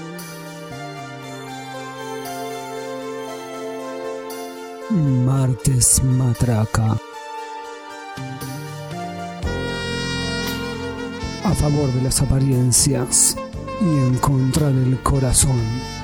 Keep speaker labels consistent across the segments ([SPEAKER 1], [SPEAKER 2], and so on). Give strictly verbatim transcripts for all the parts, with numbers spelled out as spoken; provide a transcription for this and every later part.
[SPEAKER 1] Martes Matraca. A favor de las apariencias y en contra del corazón.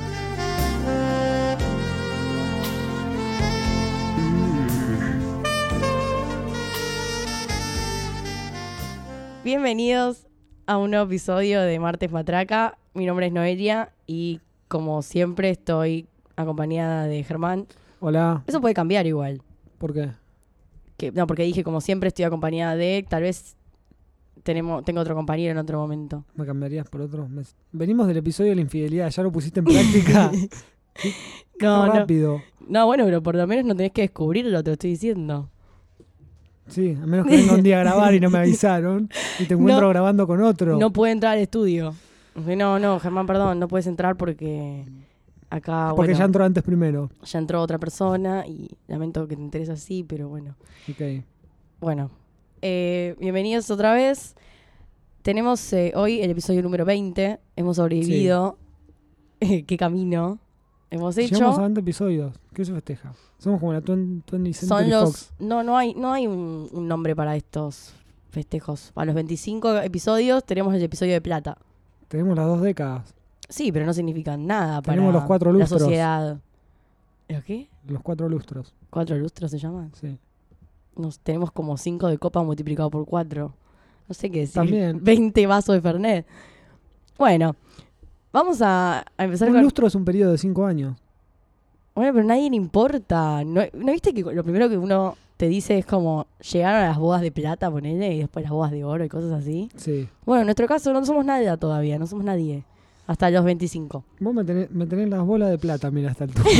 [SPEAKER 2] Bienvenidos a un nuevo episodio de Martes Matraca. Mi nombre es Noelia y como siempre estoy acompañada de Germán.
[SPEAKER 1] Hola.
[SPEAKER 2] Eso puede cambiar igual.
[SPEAKER 1] ¿Por qué?
[SPEAKER 2] Que, no, porque dije como siempre estoy acompañada de... Tal vez tenemos, tengo otro compañero en otro momento.
[SPEAKER 1] ¿Me cambiarías por otro? Venimos del episodio de la infidelidad. ¿Ya lo pusiste en práctica? Qué, qué
[SPEAKER 2] no,
[SPEAKER 1] rápido.
[SPEAKER 2] No. no, bueno, pero por lo menos no tenés que descubrirlo, te lo estoy diciendo.
[SPEAKER 1] Sí, a menos que venga un día a grabar y no me avisaron y te encuentro
[SPEAKER 2] no,
[SPEAKER 1] grabando con otro.
[SPEAKER 2] No puede entrar al estudio. No, no, Germán, perdón, no puedes entrar porque... Acá,
[SPEAKER 1] Porque
[SPEAKER 2] bueno,
[SPEAKER 1] ya entró antes primero.
[SPEAKER 2] Ya entró otra persona y lamento que te enteres así, pero bueno.
[SPEAKER 1] Ok.
[SPEAKER 2] Bueno, eh, bienvenidos otra vez. Tenemos eh, hoy el episodio número veinte. Hemos sobrevivido. Sí. ¿Qué camino hemos hecho?
[SPEAKER 1] Llegamos a veinte episodios. ¿Qué se festeja? Somos como la veinte Century
[SPEAKER 2] Son los,
[SPEAKER 1] Fox.
[SPEAKER 2] No, no hay, no hay un, un nombre para estos festejos. A los veinticinco episodios tenemos el episodio de plata.
[SPEAKER 1] Tenemos las dos décadas.
[SPEAKER 2] Sí, pero no significan nada para
[SPEAKER 1] Tenemos los cuatro
[SPEAKER 2] la
[SPEAKER 1] lustros.
[SPEAKER 2] sociedad. ¿Los qué?
[SPEAKER 1] Los cuatro lustros.
[SPEAKER 2] ¿Cuatro lustros se llaman?
[SPEAKER 1] Sí.
[SPEAKER 2] Nos tenemos como cinco de copa multiplicado por cuatro. No sé qué decir.
[SPEAKER 1] También.
[SPEAKER 2] veinte vasos de Fernet. Bueno, vamos a, a empezar
[SPEAKER 1] un
[SPEAKER 2] con...
[SPEAKER 1] Un lustro es un periodo de cinco años.
[SPEAKER 2] Bueno, pero a nadie le importa. ¿No, ¿No viste que lo primero que uno te dice es como llegaron a las bodas de plata, ponele, y después las bodas de oro y cosas así?
[SPEAKER 1] Sí.
[SPEAKER 2] Bueno, en nuestro caso no somos nadie todavía, no somos nadie. Hasta los veinticinco.
[SPEAKER 1] Vos me tenés, me tenés las bolas de plata, mira, hasta el toque.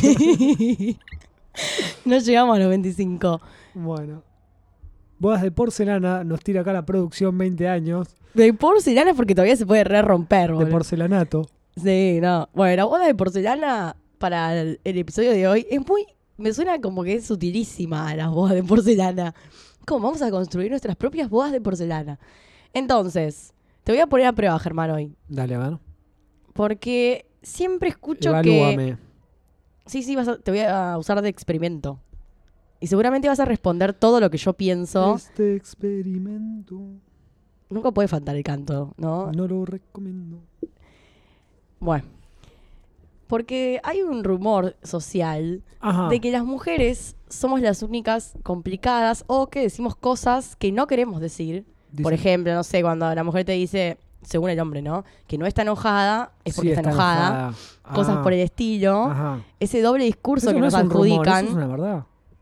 [SPEAKER 2] No llegamos a los veinticinco.
[SPEAKER 1] Bueno. Bodas de porcelana, nos tira acá la producción veinte años.
[SPEAKER 2] De porcelana es porque todavía se puede re romper, boludo.
[SPEAKER 1] De porcelanato.
[SPEAKER 2] Sí, no. Bueno, la boda de porcelana para el, el episodio de hoy es muy... Me suena como que es sutilísima las bodas de porcelana. Como vamos a construir nuestras propias bodas de porcelana. Entonces, te voy a poner a prueba, Germán, hoy.
[SPEAKER 1] Dale, a ver.
[SPEAKER 2] Porque siempre escucho
[SPEAKER 1] Evalúame.
[SPEAKER 2] que... Sí, sí, vas a, te voy a usar de experimento. Y seguramente vas a responder todo lo que yo pienso.
[SPEAKER 1] Este experimento
[SPEAKER 2] Nunca puede faltar el canto, ¿no?
[SPEAKER 1] no lo recomiendo.
[SPEAKER 2] Bueno. Porque hay un rumor social
[SPEAKER 1] Ajá.
[SPEAKER 2] de que las mujeres somos las únicas complicadas o que decimos cosas que no queremos decir.
[SPEAKER 1] Dice,
[SPEAKER 2] Por ejemplo, no sé, cuando la mujer te dice, según el hombre, ¿no? Que no está enojada, es porque
[SPEAKER 1] sí,
[SPEAKER 2] está,
[SPEAKER 1] está
[SPEAKER 2] enojada.
[SPEAKER 1] enojada.
[SPEAKER 2] Cosas
[SPEAKER 1] Ah.
[SPEAKER 2] por el estilo.
[SPEAKER 1] Ajá.
[SPEAKER 2] Ese doble discurso
[SPEAKER 1] Eso
[SPEAKER 2] que
[SPEAKER 1] no
[SPEAKER 2] nos
[SPEAKER 1] es un rumor,
[SPEAKER 2] adjudican
[SPEAKER 1] eso es una verdad.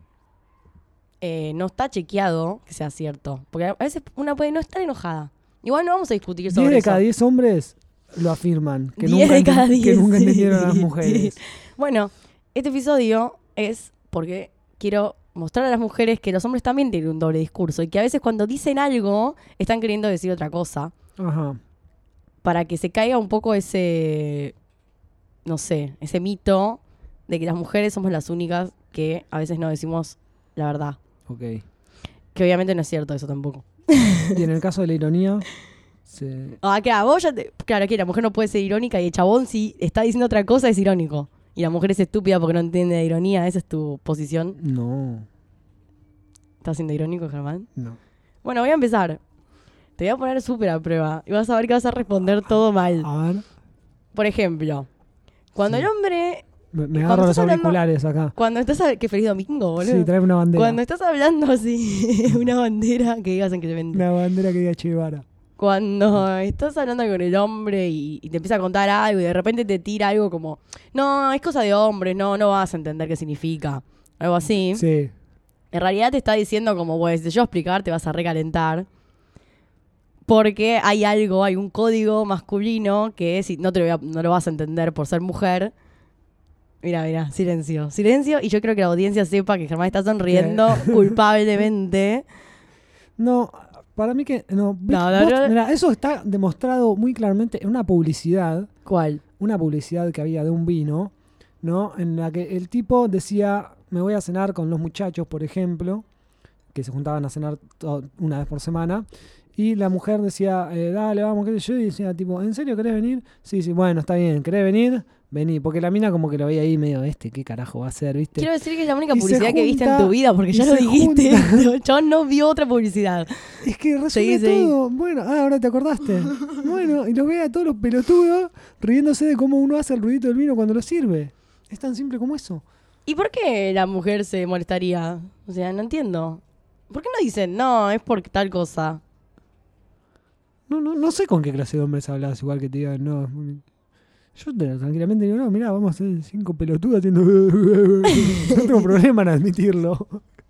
[SPEAKER 2] eh, no está chequeado que sea cierto. Porque a veces una puede no estar enojada. Igual no vamos a discutir sobre
[SPEAKER 1] diez de
[SPEAKER 2] eso.
[SPEAKER 1] cada diez hombres lo afirman. Que
[SPEAKER 2] diez
[SPEAKER 1] nunca,
[SPEAKER 2] de cada
[SPEAKER 1] enten-
[SPEAKER 2] diez.
[SPEAKER 1] que nunca entendieron a las mujeres.
[SPEAKER 2] Bueno, este episodio es porque quiero mostrar a las mujeres que los hombres también tienen un doble discurso y que a veces cuando dicen algo están queriendo decir otra cosa.
[SPEAKER 1] Ajá.
[SPEAKER 2] Para que se caiga un poco ese, no sé, ese mito de que las mujeres somos las únicas que a veces no decimos la verdad.
[SPEAKER 1] Ok.
[SPEAKER 2] Que obviamente no es cierto eso tampoco.
[SPEAKER 1] Y en el caso de la ironía, se...
[SPEAKER 2] Ah, claro, vos ya te... Claro que la mujer no puede ser irónica y el chabón si está diciendo otra cosa es irónico. Y la mujer es estúpida porque no entiende de ironía. Esa es tu posición.
[SPEAKER 1] No.
[SPEAKER 2] ¿Estás siendo irónico, Germán?
[SPEAKER 1] No.
[SPEAKER 2] Bueno, voy a empezar. Te voy a poner súper a prueba. Y vas a ver que vas a responder todo mal.
[SPEAKER 1] A ver.
[SPEAKER 2] Por ejemplo, cuando
[SPEAKER 1] Sí.
[SPEAKER 2] el hombre...
[SPEAKER 1] Me, me
[SPEAKER 2] Cuando
[SPEAKER 1] agarro los
[SPEAKER 2] estás hablando-
[SPEAKER 1] auriculares acá.
[SPEAKER 2] Cuando estás... hab- Qué feliz domingo, boludo.
[SPEAKER 1] Sí, trae una bandera.
[SPEAKER 2] Cuando estás hablando así, una bandera que digas incremente.
[SPEAKER 1] Una bandera que diga Che Guevara.
[SPEAKER 2] Cuando estás hablando con el hombre y, y te empieza a contar algo y de repente te tira algo como, no, es cosa de hombres, no, no vas a entender qué significa. Algo así.
[SPEAKER 1] Sí.
[SPEAKER 2] En realidad te está diciendo como, pues, si yo explicar te vas a recalentar. Porque hay algo, hay un código masculino que si no, te lo, voy a- no lo vas a entender por ser mujer. Mira, mira, silencio. Silencio y yo creo que la audiencia sepa que Germán está sonriendo culpablemente.
[SPEAKER 1] No, para mí que... No,
[SPEAKER 2] No, no,
[SPEAKER 1] vos-
[SPEAKER 2] no.
[SPEAKER 1] Mirá, eso está demostrado muy claramente en una publicidad.
[SPEAKER 2] ¿Cuál?
[SPEAKER 1] Una publicidad que había de un vino, ¿no? En la que el tipo decía, me voy a cenar con los muchachos, por ejemplo. que se juntaban a cenar to- una vez por semana. Y la mujer decía, eh, dale, vamos, qué sé yo. Y decía, tipo, ¿en serio querés venir? Sí, sí, bueno, está bien, ¿querés venir? Vení. Porque la mina como que lo veía ahí medio, este, ¿qué carajo va a hacer, viste?
[SPEAKER 2] Quiero decir que es la única
[SPEAKER 1] Y se
[SPEAKER 2] publicidad que viste en
[SPEAKER 1] junta-
[SPEAKER 2] tu vida, porque
[SPEAKER 1] y
[SPEAKER 2] ya lo
[SPEAKER 1] se
[SPEAKER 2] dijiste.
[SPEAKER 1] junta.
[SPEAKER 2] El chabón no vio otra publicidad.
[SPEAKER 1] Es que resume
[SPEAKER 2] Seguí, seguí.
[SPEAKER 1] todo. Bueno, ah, ahora te acordaste. Bueno, y los ve a todos los pelotudos riéndose de cómo uno hace el ruidito del vino cuando lo sirve. Es tan simple como eso.
[SPEAKER 2] ¿Y por qué la mujer se molestaría? O sea, no entiendo. ¿Por qué no dicen, no, es por tal cosa?
[SPEAKER 1] No, no, no sé con qué clase de hombres hablas, igual que te digan, no. Yo te- tranquilamente digo, no, mirá, vamos a hacer cinco pelotudos haciendo. No tengo problema en admitirlo.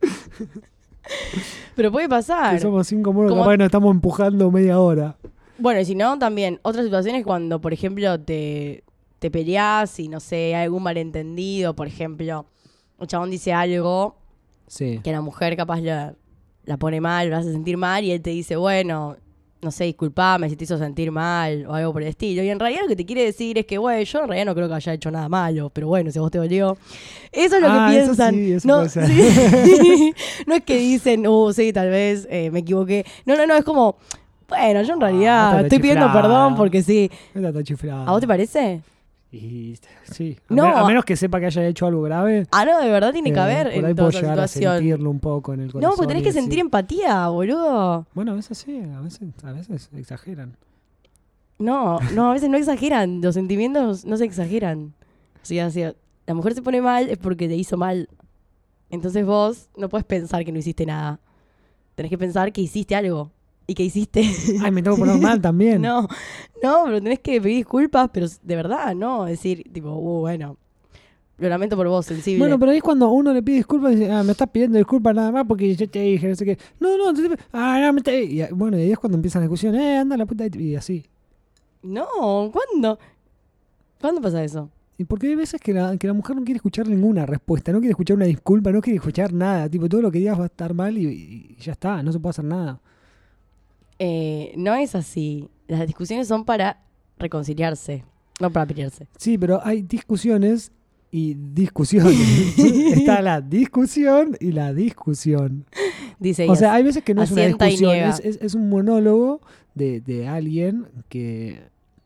[SPEAKER 2] Pero puede pasar.
[SPEAKER 1] Que somos cinco monos,
[SPEAKER 2] Como-
[SPEAKER 1] capaz que nos estamos empujando media hora.
[SPEAKER 2] Bueno, y si no, también, otras situaciones cuando, por ejemplo, te, te peleás y, no sé, hay algún malentendido, por ejemplo, un chabón dice algo
[SPEAKER 1] Sí.
[SPEAKER 2] que la mujer capaz la, la pone mal, lo hace sentir mal, y él te dice, bueno, no sé, disculpame si te hizo sentir mal o algo por el estilo. Y en realidad lo que te quiere decir es que, bueno, yo en realidad no creo que haya hecho nada malo, pero bueno, si a vos te dolió. Eso es lo
[SPEAKER 1] Ah,
[SPEAKER 2] que
[SPEAKER 1] eso
[SPEAKER 2] piensan.
[SPEAKER 1] sí, eso
[SPEAKER 2] no,
[SPEAKER 1] puede ser.
[SPEAKER 2] sí. No es que dicen, uh, sí, tal vez eh, me equivoqué. No, no, no, es como, bueno, yo en realidad
[SPEAKER 1] esta
[SPEAKER 2] estoy pidiendo
[SPEAKER 1] chiflada.
[SPEAKER 2] perdón porque sí.
[SPEAKER 1] Esta está chiflada.
[SPEAKER 2] ¿A vos te parece?
[SPEAKER 1] Y, sí. A,
[SPEAKER 2] No.
[SPEAKER 1] me- a menos que sepa que haya hecho algo grave.
[SPEAKER 2] Ah, no, de verdad tiene que
[SPEAKER 1] eh,
[SPEAKER 2] haber
[SPEAKER 1] por ahí
[SPEAKER 2] en
[SPEAKER 1] puedo
[SPEAKER 2] toda esa
[SPEAKER 1] llegar a
[SPEAKER 2] situación.
[SPEAKER 1] sentirlo un poco en el corazón.
[SPEAKER 2] No, porque tenés
[SPEAKER 1] y
[SPEAKER 2] que
[SPEAKER 1] decir-
[SPEAKER 2] sentir empatía, boludo.
[SPEAKER 1] Bueno, a veces sí, a veces, a veces exageran.
[SPEAKER 2] No, no, a veces no exageran. Los sentimientos no se exageran. O sea, si la mujer se pone mal es porque te hizo mal. Entonces vos no puedes pensar que no hiciste nada. Tenés que pensar que hiciste algo. Y que hiciste.
[SPEAKER 1] Ay, me tengo que poner mal también.
[SPEAKER 2] No, no, pero tenés que pedir disculpas, pero de verdad, ¿no? Decir, tipo, uh, bueno, lo lamento por vos, sensible.
[SPEAKER 1] Bueno, pero ahí es cuando uno le pide disculpas y dice, ah, me estás pidiendo disculpas nada más porque yo te dije, no sé qué. No, no, te- ah, no, me te... Y, ah, bueno, y ahí es cuando empiezan la discusión, eh, anda la puta, y así.
[SPEAKER 2] No, ¿cuándo? ¿Cuándo pasa eso?
[SPEAKER 1] Y porque hay veces que la, que la mujer no quiere escuchar ninguna respuesta, no quiere escuchar una disculpa, no quiere escuchar nada. Tipo, todo lo que digas va a estar mal y, y ya está, no se puede hacer nada.
[SPEAKER 2] Eh, no es así. Las discusiones son para reconciliarse, no para pelearse.
[SPEAKER 1] Sí, pero hay discusiones y discusiones. Está la discusión y la discusión.
[SPEAKER 2] Dice
[SPEAKER 1] O
[SPEAKER 2] ella.
[SPEAKER 1] sea, hay veces que no es una
[SPEAKER 2] asienta y
[SPEAKER 1] discusión,
[SPEAKER 2] niega.
[SPEAKER 1] es, es, es un monólogo de, de alguien que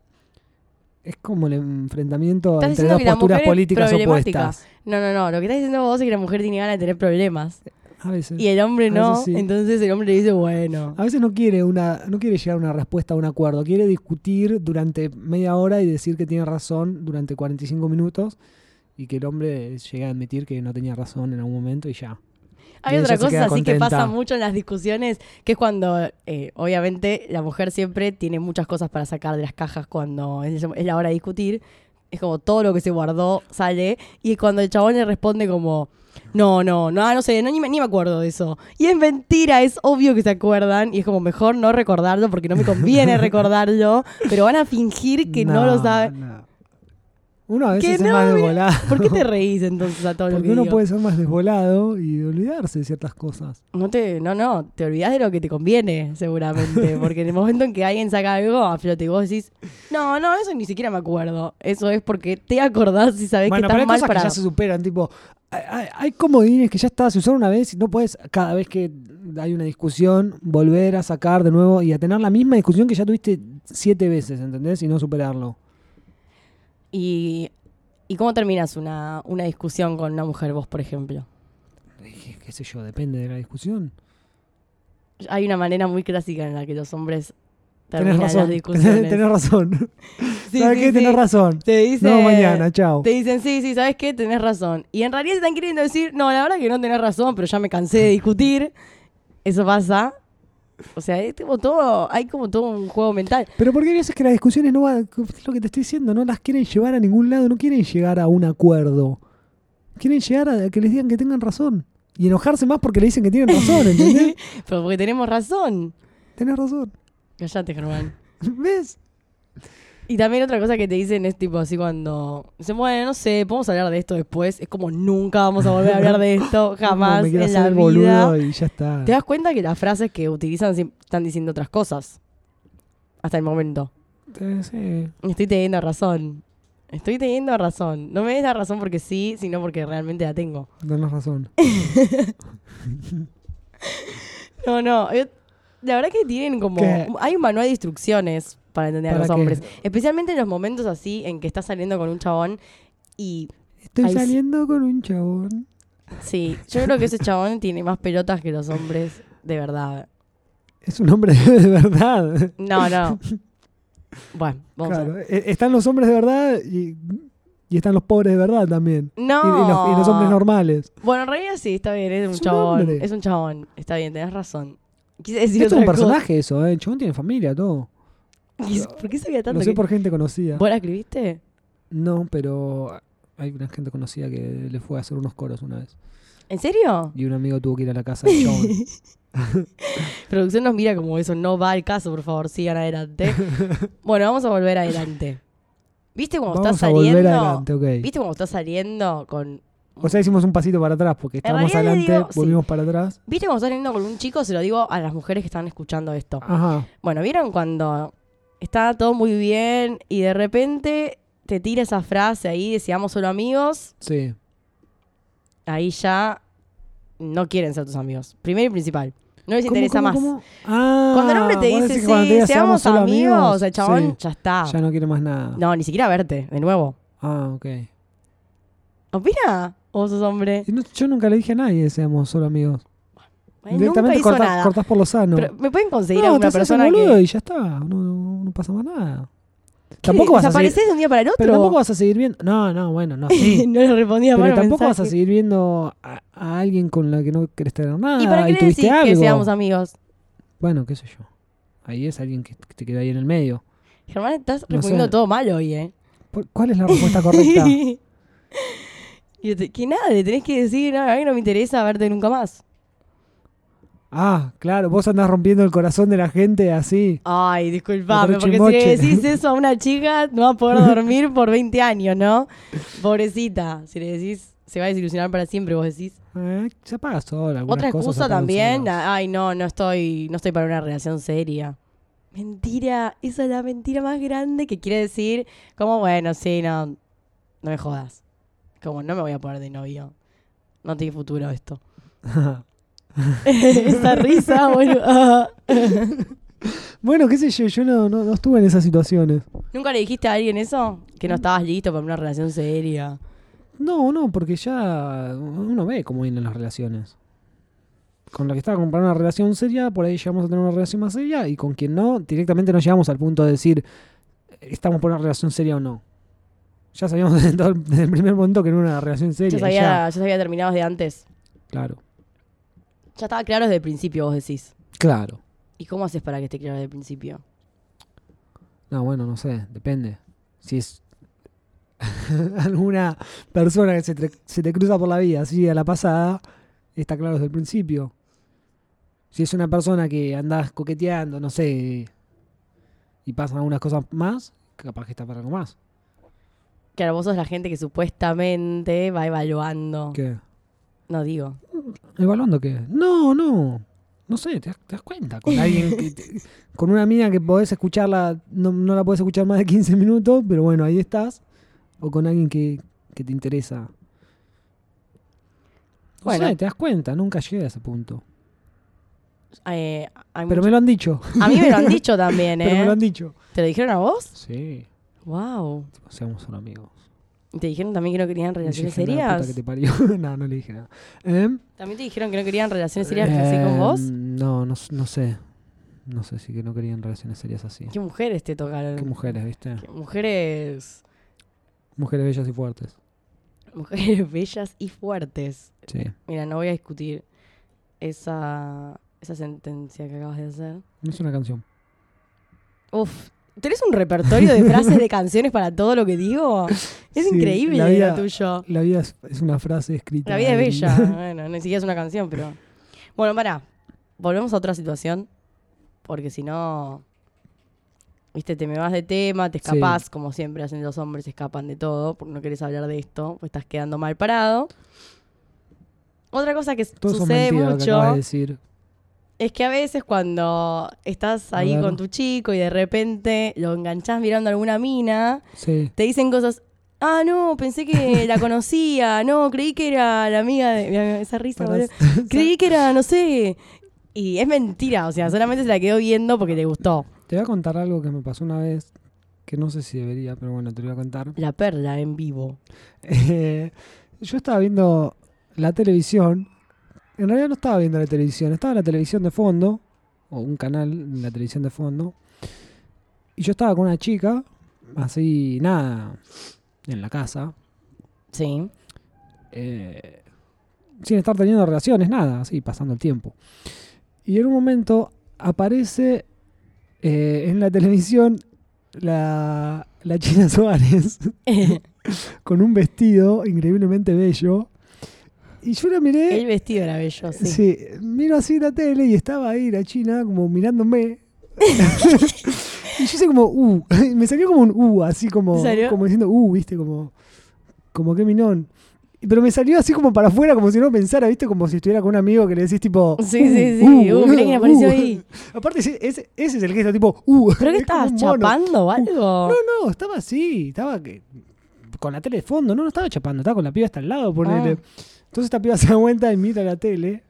[SPEAKER 1] es como el enfrentamiento
[SPEAKER 2] Estás
[SPEAKER 1] entre
[SPEAKER 2] diciendo
[SPEAKER 1] dos
[SPEAKER 2] que la
[SPEAKER 1] posturas
[SPEAKER 2] mujer es
[SPEAKER 1] políticas
[SPEAKER 2] problemática.
[SPEAKER 1] opuestas.
[SPEAKER 2] No, no, no. Lo que estás diciendo vos es que la mujer tiene ganas de tener problemas.
[SPEAKER 1] A veces.
[SPEAKER 2] Y el hombre
[SPEAKER 1] A
[SPEAKER 2] no.
[SPEAKER 1] veces sí.
[SPEAKER 2] Entonces el hombre le dice, bueno.
[SPEAKER 1] A veces no quiere una, no quiere llegar a una respuesta, a un acuerdo. Quiere discutir durante media hora y decir que tiene razón durante cuarenta y cinco minutos y que el hombre llegue a admitir que no tenía razón en algún momento y ya.
[SPEAKER 2] Hay
[SPEAKER 1] Y
[SPEAKER 2] otra
[SPEAKER 1] ella se
[SPEAKER 2] cosa
[SPEAKER 1] queda
[SPEAKER 2] así que
[SPEAKER 1] contenta.
[SPEAKER 2] pasa mucho en las discusiones, que es cuando, eh, obviamente, la mujer siempre tiene muchas cosas para sacar de las cajas cuando es, es la hora de discutir. Es como todo lo que se guardó sale. Y cuando el chabón le responde como, no, no, no, no sé, no, ni, me, ni me acuerdo de eso. Y es mentira, es obvio que se acuerdan. Y es como mejor no recordarlo porque no me conviene recordarlo. Pero van a fingir que no, lo saben.
[SPEAKER 1] no. Uno a veces
[SPEAKER 2] Que
[SPEAKER 1] es
[SPEAKER 2] no,
[SPEAKER 1] más
[SPEAKER 2] mira,
[SPEAKER 1] desvolado.
[SPEAKER 2] ¿Por qué te reís entonces a todo lo
[SPEAKER 1] Porque
[SPEAKER 2] que
[SPEAKER 1] uno
[SPEAKER 2] digo?
[SPEAKER 1] puede ser más desvolado y olvidarse de ciertas cosas.
[SPEAKER 2] No, te, no, no, te olvidás de lo que te conviene, seguramente. Porque en el momento en que alguien saca algo a flote y vos decís, no, no, eso ni siquiera me acuerdo. Eso es porque te acordás y sabés
[SPEAKER 1] Bueno,
[SPEAKER 2] que
[SPEAKER 1] pero
[SPEAKER 2] estás
[SPEAKER 1] hay
[SPEAKER 2] mal
[SPEAKER 1] cosas
[SPEAKER 2] para...
[SPEAKER 1] que ya se superan, tipo, hay, hay- hay comodines que ya está, se usaron una vez y no puedes cada vez que hay una discusión volver a sacar de nuevo y a tener la misma discusión que ya tuviste siete veces, ¿entendés? Y no superarlo.
[SPEAKER 2] Y, ¿Y cómo terminas una, una discusión con una mujer vos, por ejemplo?
[SPEAKER 1] ¿Qué, qué sé yo? Depende de la discusión.
[SPEAKER 2] Hay una manera muy clásica en la que los hombres
[SPEAKER 1] Tenés
[SPEAKER 2] terminan
[SPEAKER 1] razón.
[SPEAKER 2] las discusiones.
[SPEAKER 1] Tenés razón.
[SPEAKER 2] Sí,
[SPEAKER 1] ¿Sabes
[SPEAKER 2] sí,
[SPEAKER 1] qué?
[SPEAKER 2] sí.
[SPEAKER 1] Tenés razón.
[SPEAKER 2] Te dice,
[SPEAKER 1] No, mañana, chao.
[SPEAKER 2] Te dicen, sí, sí, ¿sabes qué? Tenés razón. Y en realidad te están queriendo decir, no, la verdad que no tenés razón, pero ya me cansé de discutir. Eso pasa. O sea, es como todo, hay como todo un juego mental.
[SPEAKER 1] Pero porque hay veces que las discusiones no van, es lo que te estoy diciendo, no las quieren llevar a ningún lado, no quieren llegar a un acuerdo. Quieren llegar a que les digan que tengan razón. Y enojarse más porque le dicen que tienen razón, ¿entendés?
[SPEAKER 2] Pero porque tenemos razón.
[SPEAKER 1] Tenés razón.
[SPEAKER 2] Callate, Germán.
[SPEAKER 1] ¿Ves?
[SPEAKER 2] Y también otra cosa que te dicen es tipo así cuando... Dicen, bueno, no sé, podemos hablar de esto después. Es como nunca vamos a volver a hablar de esto, jamás
[SPEAKER 1] No, me quiero
[SPEAKER 2] en la
[SPEAKER 1] hacer
[SPEAKER 2] vida.
[SPEAKER 1] boludo y ya está.
[SPEAKER 2] Te das cuenta que las frases que utilizan sim- están diciendo otras cosas. Hasta el momento.
[SPEAKER 1] Eh, sí.
[SPEAKER 2] Estoy teniendo razón. Estoy teniendo razón. No me des la razón porque sí, sino porque realmente la tengo.
[SPEAKER 1] Tenés razón.
[SPEAKER 2] No, no. yo- La verdad que tienen como...
[SPEAKER 1] ¿Qué?
[SPEAKER 2] Hay un manual de instrucciones para entender a
[SPEAKER 1] ¿Para
[SPEAKER 2] los
[SPEAKER 1] qué?
[SPEAKER 2] hombres. Especialmente en los momentos así en que estás saliendo con un chabón y...
[SPEAKER 1] Estoy
[SPEAKER 2] Ahí sí.
[SPEAKER 1] saliendo con un chabón.
[SPEAKER 2] Sí, yo creo que ese chabón tiene más pelotas que los hombres de verdad.
[SPEAKER 1] Es un hombre de verdad.
[SPEAKER 2] No, no. Bueno, vamos a ver.
[SPEAKER 1] Claro, e- están los hombres de verdad y, y están los pobres de verdad también.
[SPEAKER 2] No.
[SPEAKER 1] Y, y los, y los hombres normales.
[SPEAKER 2] Bueno, en realidad sí, está bien, es un
[SPEAKER 1] Es un
[SPEAKER 2] chabón.
[SPEAKER 1] hombre.
[SPEAKER 2] Es un chabón, está bien, tenés razón. Quise decir
[SPEAKER 1] Es
[SPEAKER 2] otra
[SPEAKER 1] un
[SPEAKER 2] cosa.
[SPEAKER 1] personaje eso, ¿eh? El chabón tiene familia, todo.
[SPEAKER 2] ¿Y ¿Por qué sabía tanto?
[SPEAKER 1] Lo sé
[SPEAKER 2] que-
[SPEAKER 1] por gente conocida.
[SPEAKER 2] ¿Vos la escribiste?
[SPEAKER 1] No, pero hay una gente conocida que le fue a hacer unos coros una vez.
[SPEAKER 2] ¿En serio?
[SPEAKER 1] Y un amigo tuvo que ir a la casa del chabón.
[SPEAKER 2] Producción nos mira como eso, no va al caso, por favor, sigan adelante. Bueno, vamos a volver adelante. ¿Viste cómo
[SPEAKER 1] Vamos
[SPEAKER 2] está
[SPEAKER 1] a volver
[SPEAKER 2] saliendo?
[SPEAKER 1] adelante, ok.
[SPEAKER 2] ¿Viste cómo está saliendo con...
[SPEAKER 1] O sea, hicimos un pasito para atrás porque estábamos
[SPEAKER 2] realidad le
[SPEAKER 1] adelante,
[SPEAKER 2] digo, sí.
[SPEAKER 1] volvimos para atrás.
[SPEAKER 2] ¿Viste cómo está saliendo con un chico? Se lo digo a las mujeres que están escuchando esto.
[SPEAKER 1] Ajá.
[SPEAKER 2] Bueno, ¿vieron cuando está todo muy bien y de repente te tira esa frase ahí de seamos solo amigos?
[SPEAKER 1] Sí.
[SPEAKER 2] Ahí ya no quieren ser tus amigos. Primero y principal. No les
[SPEAKER 1] ¿Cómo,
[SPEAKER 2] interesa
[SPEAKER 1] cómo,
[SPEAKER 2] más.
[SPEAKER 1] cómo? Ah,
[SPEAKER 2] Cuando el hombre te
[SPEAKER 1] vos
[SPEAKER 2] dice,
[SPEAKER 1] decís que cuando te
[SPEAKER 2] sí,
[SPEAKER 1] diga,
[SPEAKER 2] seamos
[SPEAKER 1] solo
[SPEAKER 2] amigos, el chabón
[SPEAKER 1] sí,
[SPEAKER 2] ya está.
[SPEAKER 1] ya no quiere más nada.
[SPEAKER 2] No, ni siquiera verte, de nuevo.
[SPEAKER 1] Ah, ok.
[SPEAKER 2] ¿Opina? ¿O sos hombre?
[SPEAKER 1] Y no- yo nunca le dije a nadie que seamos solo amigos.
[SPEAKER 2] Ay, nunca
[SPEAKER 1] Directamente
[SPEAKER 2] hizo
[SPEAKER 1] cortás,
[SPEAKER 2] nada.
[SPEAKER 1] cortás por lo sano.
[SPEAKER 2] Pero ¿me pueden conseguir
[SPEAKER 1] no, te
[SPEAKER 2] alguna
[SPEAKER 1] haces el
[SPEAKER 2] persona
[SPEAKER 1] boludo
[SPEAKER 2] que...
[SPEAKER 1] y ya está. No, no, no pasa más nada.
[SPEAKER 2] ¿Qué?
[SPEAKER 1] Tampoco vas a seguir,
[SPEAKER 2] ¿Desapareces de un día para el otro?
[SPEAKER 1] pero tampoco vas a seguir viendo. No, no, bueno, no, sí.
[SPEAKER 2] no le respondía
[SPEAKER 1] Pero
[SPEAKER 2] mal al
[SPEAKER 1] tampoco vas a
[SPEAKER 2] mensaje.
[SPEAKER 1] seguir viendo a, a alguien con la que no querés tener nada.
[SPEAKER 2] ¿Y para qué le
[SPEAKER 1] tuviste
[SPEAKER 2] decís
[SPEAKER 1] algo.
[SPEAKER 2] que seamos amigos?
[SPEAKER 1] Bueno, qué sé yo. Ahí es alguien que, que te queda ahí en el medio.
[SPEAKER 2] Germán, estás
[SPEAKER 1] No
[SPEAKER 2] respondiendo
[SPEAKER 1] sé.
[SPEAKER 2] todo mal hoy, ¿eh?
[SPEAKER 1] ¿Por- ¿Cuál es la respuesta correcta?
[SPEAKER 2] Y te- que nada, le tenés que decir, no, a mí no me interesa verte nunca más.
[SPEAKER 1] Ah, claro, vos andás rompiendo el corazón de la gente así.
[SPEAKER 2] Ay, disculpame,
[SPEAKER 1] Otro
[SPEAKER 2] porque si
[SPEAKER 1] chimoche.
[SPEAKER 2] le decís eso a una chica, no va a poder dormir por veinte años, ¿no? Pobrecita. Si le decís, se va a desilusionar para siempre, vos decís.
[SPEAKER 1] Eh, se apaga sola. algunas
[SPEAKER 2] Otra
[SPEAKER 1] cosas se
[SPEAKER 2] excusa
[SPEAKER 1] apagan
[SPEAKER 2] también,
[SPEAKER 1] solas.
[SPEAKER 2] ay, no, no estoy, no estoy para una relación seria. Mentira, esa es la mentira más grande que quiere decir, como bueno, sí, no, no me jodas. Como no me voy a poner de novio. No tiene futuro esto. Esa risa, boludo.
[SPEAKER 1] Bueno, qué sé yo, yo no, no, no estuve en esas situaciones.
[SPEAKER 2] ¿Nunca le dijiste a alguien eso? Que no estabas listo para una relación seria.
[SPEAKER 1] No, no, porque ya uno ve cómo vienen las relaciones. Con la que estaba para una relación seria, por ahí llegamos a tener una relación más seria, y con quien no, directamente no llegamos al punto de decir estamos por una relación seria o no. Ya sabíamos desde, todo el- desde el primer momento que no era una relación seria.
[SPEAKER 2] Ya
[SPEAKER 1] y
[SPEAKER 2] sabía,
[SPEAKER 1] ya.
[SPEAKER 2] ya sabía terminado desde antes.
[SPEAKER 1] Claro,
[SPEAKER 2] Ya estaba claro desde el principio, vos decís.
[SPEAKER 1] claro.
[SPEAKER 2] ¿Y cómo haces para que esté claro desde el principio?
[SPEAKER 1] No, bueno, no sé, depende. Si es alguna persona que se te, se te cruza por la vida así a la pasada, está claro desde el principio. Si es una persona que andás coqueteando, no sé, y pasan algunas cosas más, capaz que está para algo más.
[SPEAKER 2] Claro, vos sos la gente que supuestamente va evaluando.
[SPEAKER 1] ¿Qué?
[SPEAKER 2] No digo.
[SPEAKER 1] ¿Evaluando qué? No, no. No sé, te das, te das cuenta. Con alguien que te- con una mina que podés escucharla, no, no la podés escuchar más de quince minutos, pero bueno, ahí estás. O con alguien que, que te interesa. No
[SPEAKER 2] Bueno.
[SPEAKER 1] sé, te das cuenta, nunca llegué a ese punto.
[SPEAKER 2] Eh, hay
[SPEAKER 1] Pero
[SPEAKER 2] mucho-
[SPEAKER 1] me lo han dicho.
[SPEAKER 2] A mí me lo han dicho también,
[SPEAKER 1] Pero me lo
[SPEAKER 2] ¿eh?
[SPEAKER 1] han dicho.
[SPEAKER 2] ¿Te lo dijeron a vos?
[SPEAKER 1] Sí,
[SPEAKER 2] Wow.
[SPEAKER 1] seamos solo amigos.
[SPEAKER 2] ¿Te dijeron también que no querían
[SPEAKER 1] Y
[SPEAKER 2] relaciones
[SPEAKER 1] dije, "La puta
[SPEAKER 2] serias?
[SPEAKER 1] que te parió". No, no le dije nada. ¿Eh?
[SPEAKER 2] ¿También te dijeron que no querían relaciones serias así con
[SPEAKER 1] Eh,
[SPEAKER 2] vos?
[SPEAKER 1] No, no, no sé. No sé si que no querían relaciones serias así.
[SPEAKER 2] ¿Qué mujeres te tocaron?
[SPEAKER 1] Qué mujeres, ¿viste?
[SPEAKER 2] ¿Qué mujeres...
[SPEAKER 1] Mujeres bellas y fuertes.
[SPEAKER 2] Mujeres bellas y fuertes.
[SPEAKER 1] Sí.
[SPEAKER 2] Mira, no voy a discutir esa, esa sentencia que acabas de hacer.
[SPEAKER 1] No es una canción.
[SPEAKER 2] Uf, ¿tenés un repertorio de frases de canciones para todo lo que digo? Es
[SPEAKER 1] Sí,
[SPEAKER 2] increíble
[SPEAKER 1] la vida-
[SPEAKER 2] lo tuyo.
[SPEAKER 1] La vida es, es una frase escrita.
[SPEAKER 2] La vida es
[SPEAKER 1] en-
[SPEAKER 2] bella. Bueno, ni siquiera es una canción, pero... Bueno, pará. Volvemos a otra situación. Porque si no... Viste, te me vas de tema, te escapás,
[SPEAKER 1] Sí.
[SPEAKER 2] como siempre hacen los hombres, se escapan de todo, porque no querés hablar de esto, pues estás quedando mal parado. Otra cosa que
[SPEAKER 1] Todo eso es
[SPEAKER 2] sucede
[SPEAKER 1] mentira lo que acabas
[SPEAKER 2] mucho
[SPEAKER 1] de decir.
[SPEAKER 2] es que a veces cuando estás
[SPEAKER 1] A
[SPEAKER 2] ahí
[SPEAKER 1] ver.
[SPEAKER 2] con tu chico y de repente lo enganchás mirando a alguna mina,
[SPEAKER 1] Sí.
[SPEAKER 2] te dicen cosas Ah, no, pensé que la conocía. No, creí que era la amiga de... Mira, esa risa,
[SPEAKER 1] Para-
[SPEAKER 2] boludo. Creí que era, no sé... Y es mentira, o sea, solamente se la quedó viendo porque le gustó.
[SPEAKER 1] Te voy a contar algo que me pasó una vez, que no sé si debería, pero bueno, te lo voy a contar.
[SPEAKER 2] La perla en vivo.
[SPEAKER 1] Eh, yo estaba viendo la televisión. En realidad no estaba viendo la televisión, estaba la televisión de fondo, o un canal en la televisión de fondo. Y yo estaba con una chica, así, nada, en la casa,
[SPEAKER 2] Sí.
[SPEAKER 1] eh, sin estar teniendo relaciones, nada, así, pasando el tiempo. Y en un momento aparece eh, en la televisión la, la China Suárez con un vestido increíblemente bello. Y yo la miré.
[SPEAKER 2] El vestido era bello, sí.
[SPEAKER 1] Sí, miro así la tele y estaba ahí la China como mirándome. Y yo hice como, uh, me salió como un uh, así como,
[SPEAKER 2] ¿Te salió?
[SPEAKER 1] como diciendo, uh, viste, como, como que minón. Pero me salió así como para afuera, como si no pensara, viste, como si estuviera con un amigo que le decís tipo,
[SPEAKER 2] Sí, sí, sí. Uh, mirá quién apareció ahí.
[SPEAKER 1] Aparte, ese, ese, ese es el gesto, tipo, uh.
[SPEAKER 2] ¿Pero qué
[SPEAKER 1] es como
[SPEAKER 2] estabas
[SPEAKER 1] un mono.
[SPEAKER 2] chapando o algo?
[SPEAKER 1] No, no, estaba así, estaba que, con la tele de fondo, no, no estaba chapando, estaba con la piba hasta al lado, ponele.
[SPEAKER 2] Ah.
[SPEAKER 1] Entonces esta piba se da vuelta y mira la tele